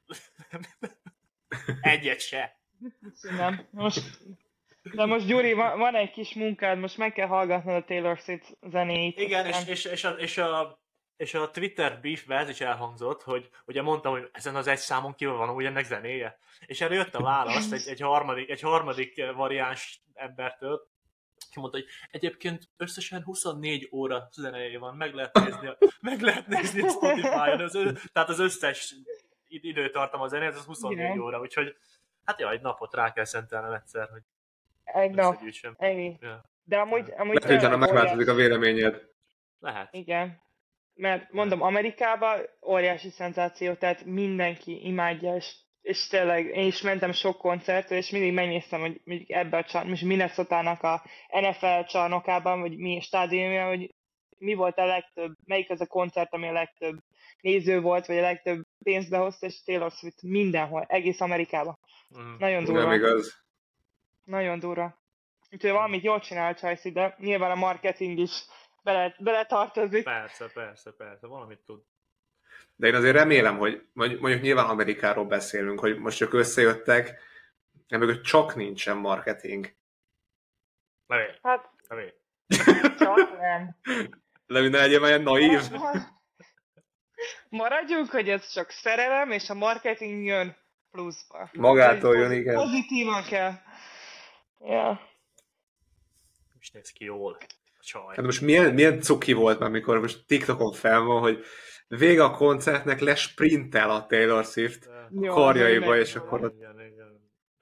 Egyet se. Nem. Most, de most Gyuri, van, van egy kis munkád, most meg kell hallgatnod a Taylor Swift zenéit. Igen, és, aztán- és, és, a, és, a, és a Twitter beefben ez is elhangzott, hogy ugye mondtam, hogy ezen az egy számon kívül van úgy ennek zenéje. És erre jött a válasz egy, egy, harmadik, egy harmadik variáns embertől, ki mondta, hogy egyébként összesen huszonnégy óra zenéje van, meg lehet nézni a, meg lehet nézni a Spotify-on, az, ö- tehát az összes id- időtartam a zenét, az huszonnégy Igen. óra, úgyhogy hát ja, egy napot rá kell szentelnem egyszer, hogy Egy nap, összegyűjtsem. ennyi. Ja. De amúgy, amúgy Lehet, hogy utána tényleg megváltozik a óriási- véleményed. Lehet. Igen. Mert mondom, Amerikában óriási szenzáció, tehát mindenki imádja, és, és tényleg én is mentem sok koncertre, és mindig megnéztem, hogy mondjuk ebbe a csarnok, most Minnesotának a en ef el csarnokában, vagy mi stadionjában, hogy mi volt a legtöbb, melyik az a koncert, ami a legtöbb néző volt, vagy a legtöbb pénzt behozta, és Taylor Swift mindenhol, egész Amerikában. Mm. Nagyon Nem durva. igaz. Nagyon durva. Úgyhogy valamit jól csinál Csajci, de nyilván a marketing is bele, beletartozik. Persze, persze, persze, valamit tud. De én azért remélem, hogy mondjuk mondjuk nyilván Amerikáról beszélünk, hogy most ők összejöttek, de mögött csak nincsen marketing. Levél, Hát, levél. csak nem. De minden legyen olyan naív. Maradjunk, hogy ez csak szerelem, és a marketing jön pluszba. Magától jön, Pozi- igen. Pozitívan kell. Ja. És néz ki jól. A csaj. Hát most milyen, milyen cuki volt már, amikor most TikTokon fel van, hogy vége a koncertnek lesprintel a Taylor Swift Jó, karjaiba, meg- és akkor ott Igen, igen.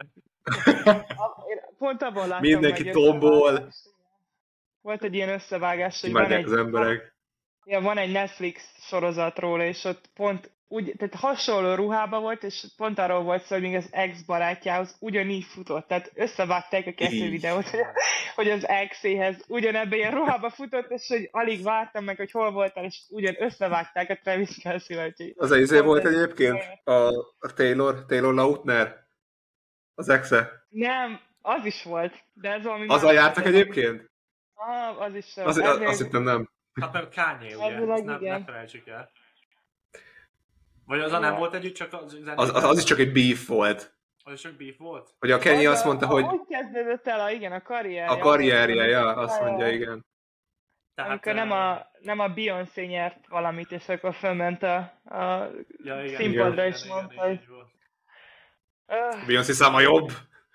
A- én Pont abban láttam mindenki meg tombol, összevágást. Volt egy ilyen összevágás, hogy van imádják egy, az emberek. ja, van egy Netflix sorozat róla, és ott pont úgy, tehát hasonló ruhában volt, és pont arról volt szó, hogy még az ex-barátjához ugyanígy futott. Tehát összevágták a kettő Így. videót, hogy, hogy az exéhez ugyanebben ilyen ruhába futott, és hogy alig vártam meg, hogy hol voltál, és ugyan összevágták a Travis Kelce-vel. úgyhogy Az a izé pont volt ez- egyébként? A, a Taylor, Taylor Lautner? Az exe? Nem, az is volt, de ez valami... Azzal más. jártak egyébként? Ah, az is. Az, Ez az, még- azt hittem nem. Hát mert Kanye, ugye? Elvileg Ezt nem, igen. ne felejtsük el. Vagy az a nem volt együtt, csak az Az, az, az is csak egy beef volt. Az is csak beef volt? Hogy a Kenny Az azt a- mondta, a- hogy Úgy kezdődött el, a, igen, a karrierje. a karrierje, az, ja, hogy- azt mondja, igen. Tehát, Amikor nem eh, a, nem a Beyoncé nyert valamit, és akkor fölment a, a ja, igen, színpadra, igen, és igen, mondta, igen, hogy így volt. öh, Beyoncé száma jobb.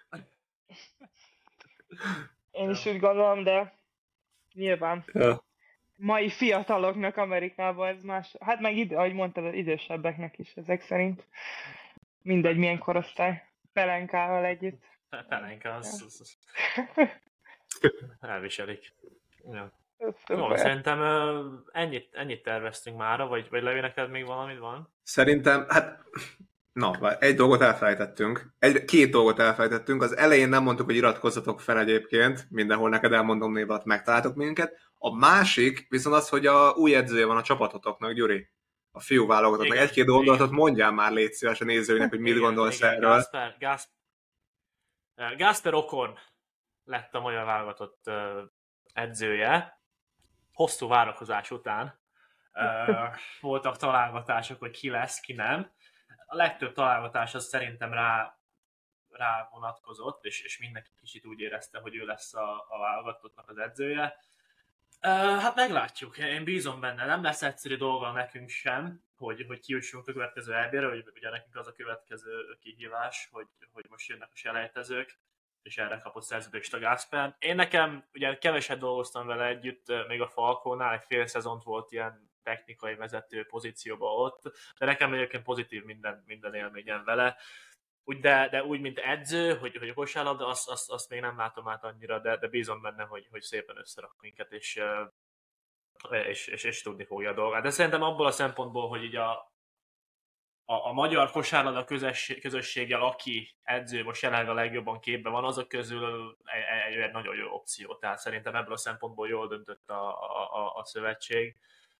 én is úgy gondolom, de nyilván Ja. mai fiataloknak Amerikában ez más. Hát meg ide, ahogy mondtad, az idősebbeknek is ezek szerint. Mindegy, milyen korosztály. Pelenkával együtt. Pe- Pelenka, az, az, az elviselik. Ja. Ez Jó, szuper. szerintem ö, ennyit, ennyit terveztünk mára, vagy, vagy Levi, neked még valamit van? Szerintem, hát, na, várj, egy dolgot elfelejtettünk. Egy, két dolgot elfelejtettünk. Az elején nem mondtuk, hogy iratkozzatok fel egyébként. Mindenhol neked elmondom név alatt megtaláltok minket. A másik viszont az, hogy a új edzője van a csapatotoknak, Gyuri. A fiú válogatottnak. Igen, Egy-két dolgot igen. mondjál már, légy szíves a nézőinek, hogy mit Igen, gondolsz igen, erről. Gasper, Gas, eh, Gasper Ocon lett a magyar válogatott ö, edzője. Hosszú várakozás után ö, voltak találgatások, hogy ki lesz, ki nem. A legtöbb találgatás az szerintem rá, rá vonatkozott, és, és mindenki kicsit úgy érezte, hogy ő lesz a, a válogatottnak az edzője. Ö, hát meglátjuk, én bízom benne, nem lesz egyszerű dolga nekünk sem, hogy, hogy kijussunk a következő é bé-re, hogy ugye nekünk az a következő kihívás, hogy, hogy most jönnek a selejtezők, és erre kapott szerződést a Gasper. Én nekem, ugye keveset dolgoztam vele együtt, még a Falcónál, egy fél szezont volt ilyen technikai vezető pozícióban ott, de nekem egyébként pozitív minden, minden élményem vele. Úgy, de, de úgy, mint edző, hogy, hogy a kosárlabda, azt, azt, azt még nem látom át annyira, de, de bízom benne, hogy, hogy szépen összerak minket, és, és, és, és tudni fogja a dolgát. De szerintem abból a szempontból, hogy így a, a, a magyar kosárlabda közösség, közösséggel, aki edző most jelenleg a legjobban képben van, azok közül egy, egy, egy nagyon jó opció. Tehát szerintem ebből a szempontból jól döntött a, a, a, a szövetség.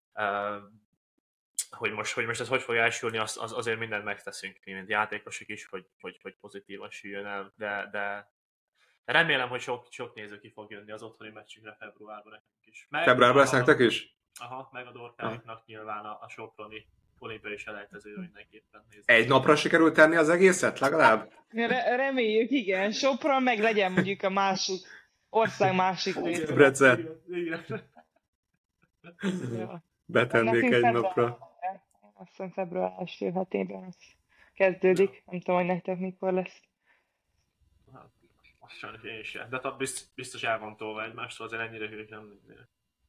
Hogy most, hogy most ez hogy fog elsülni, az, az, azért mindent megteszünk, mint játékosok is, hogy, hogy, hogy pozitívan süljön el, de, de, de remélem, hogy sok, sok néző ki fog jönni az otthoni meccsünkre februárban nekünk is. Meg Februárban lesz a- nektek is? Aha, meg a dorkáiknak nyilván a, a soproni olimpiai selejtezőre mindenképpen nézni. Egy napra sikerült tenni az egészet, legalább? Re- reméljük, igen. Sopron meg legyen mondjuk a másik, ország másik része. Debrecen. Igen, igen. Ja. Betennék Nekünk egy február- napra. Azt hiszem február első hetében az kezdődik. Nem tudom, hogy nektek mikor lesz. Hát, azt sajnos én sem. De biztos, biztos el van tolva egymástól, azért ennyire hős nem lennél.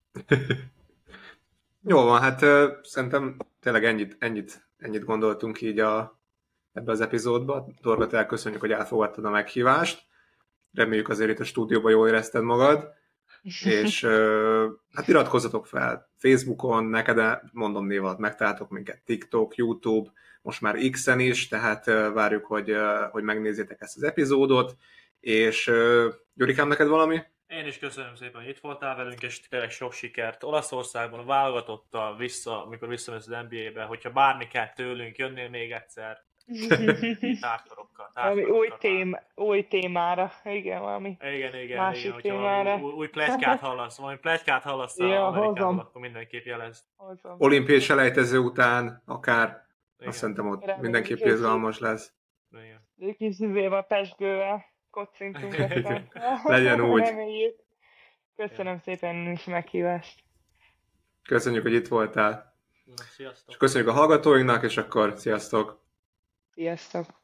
Jó van, hát ö, szerintem tényleg ennyit, ennyit, ennyit gondoltunk így a, ebbe az epizódba. Dorgat, elköszönjük, hogy elfogadtad a meghívást. Reméljük azért itt a stúdióban jól érezted magad. És ö, hát iratkozzatok fel Facebookon, neked el- mondom név alatt megtaláltok minket, TikTok, YouTube, most már X-en is, tehát ö, várjuk, hogy, ö, hogy megnézzétek ezt az epizódot. És ö, Gyurikám, neked valami? Én is köszönöm szépen, hogy itt voltál velünk, és tényleg sok sikert Olaszországban, válogatottal vissza, amikor visszamész az en bé á-be, hogyha bármi kell tőlünk, jönnél még egyszer, tártorokkal. Valami tártorokkal. új, tém, új témára. Igen, valami. Igen, igen, Másik igen, hogyha témára. valami új, új pletykát hallasz, valami pletykát hallasz Ja, ja, Amerikából, hozom. akkor mindenképp jelezd. Hozom. Olimpiai selejtező után, akár, Igen, azt szerintem ott Reméljük, mindenképp hogy- izgalmas lesz. igen. Egy kis züvével, pesgővel kocintunk aztán. Legyen úgy. Reméljük. Köszönöm szépen is meghívást. Köszönjük, hogy itt voltál. Na, sziasztok! És köszönjük a hallgatóinknak, és akkor sziasztok! Sziasztok!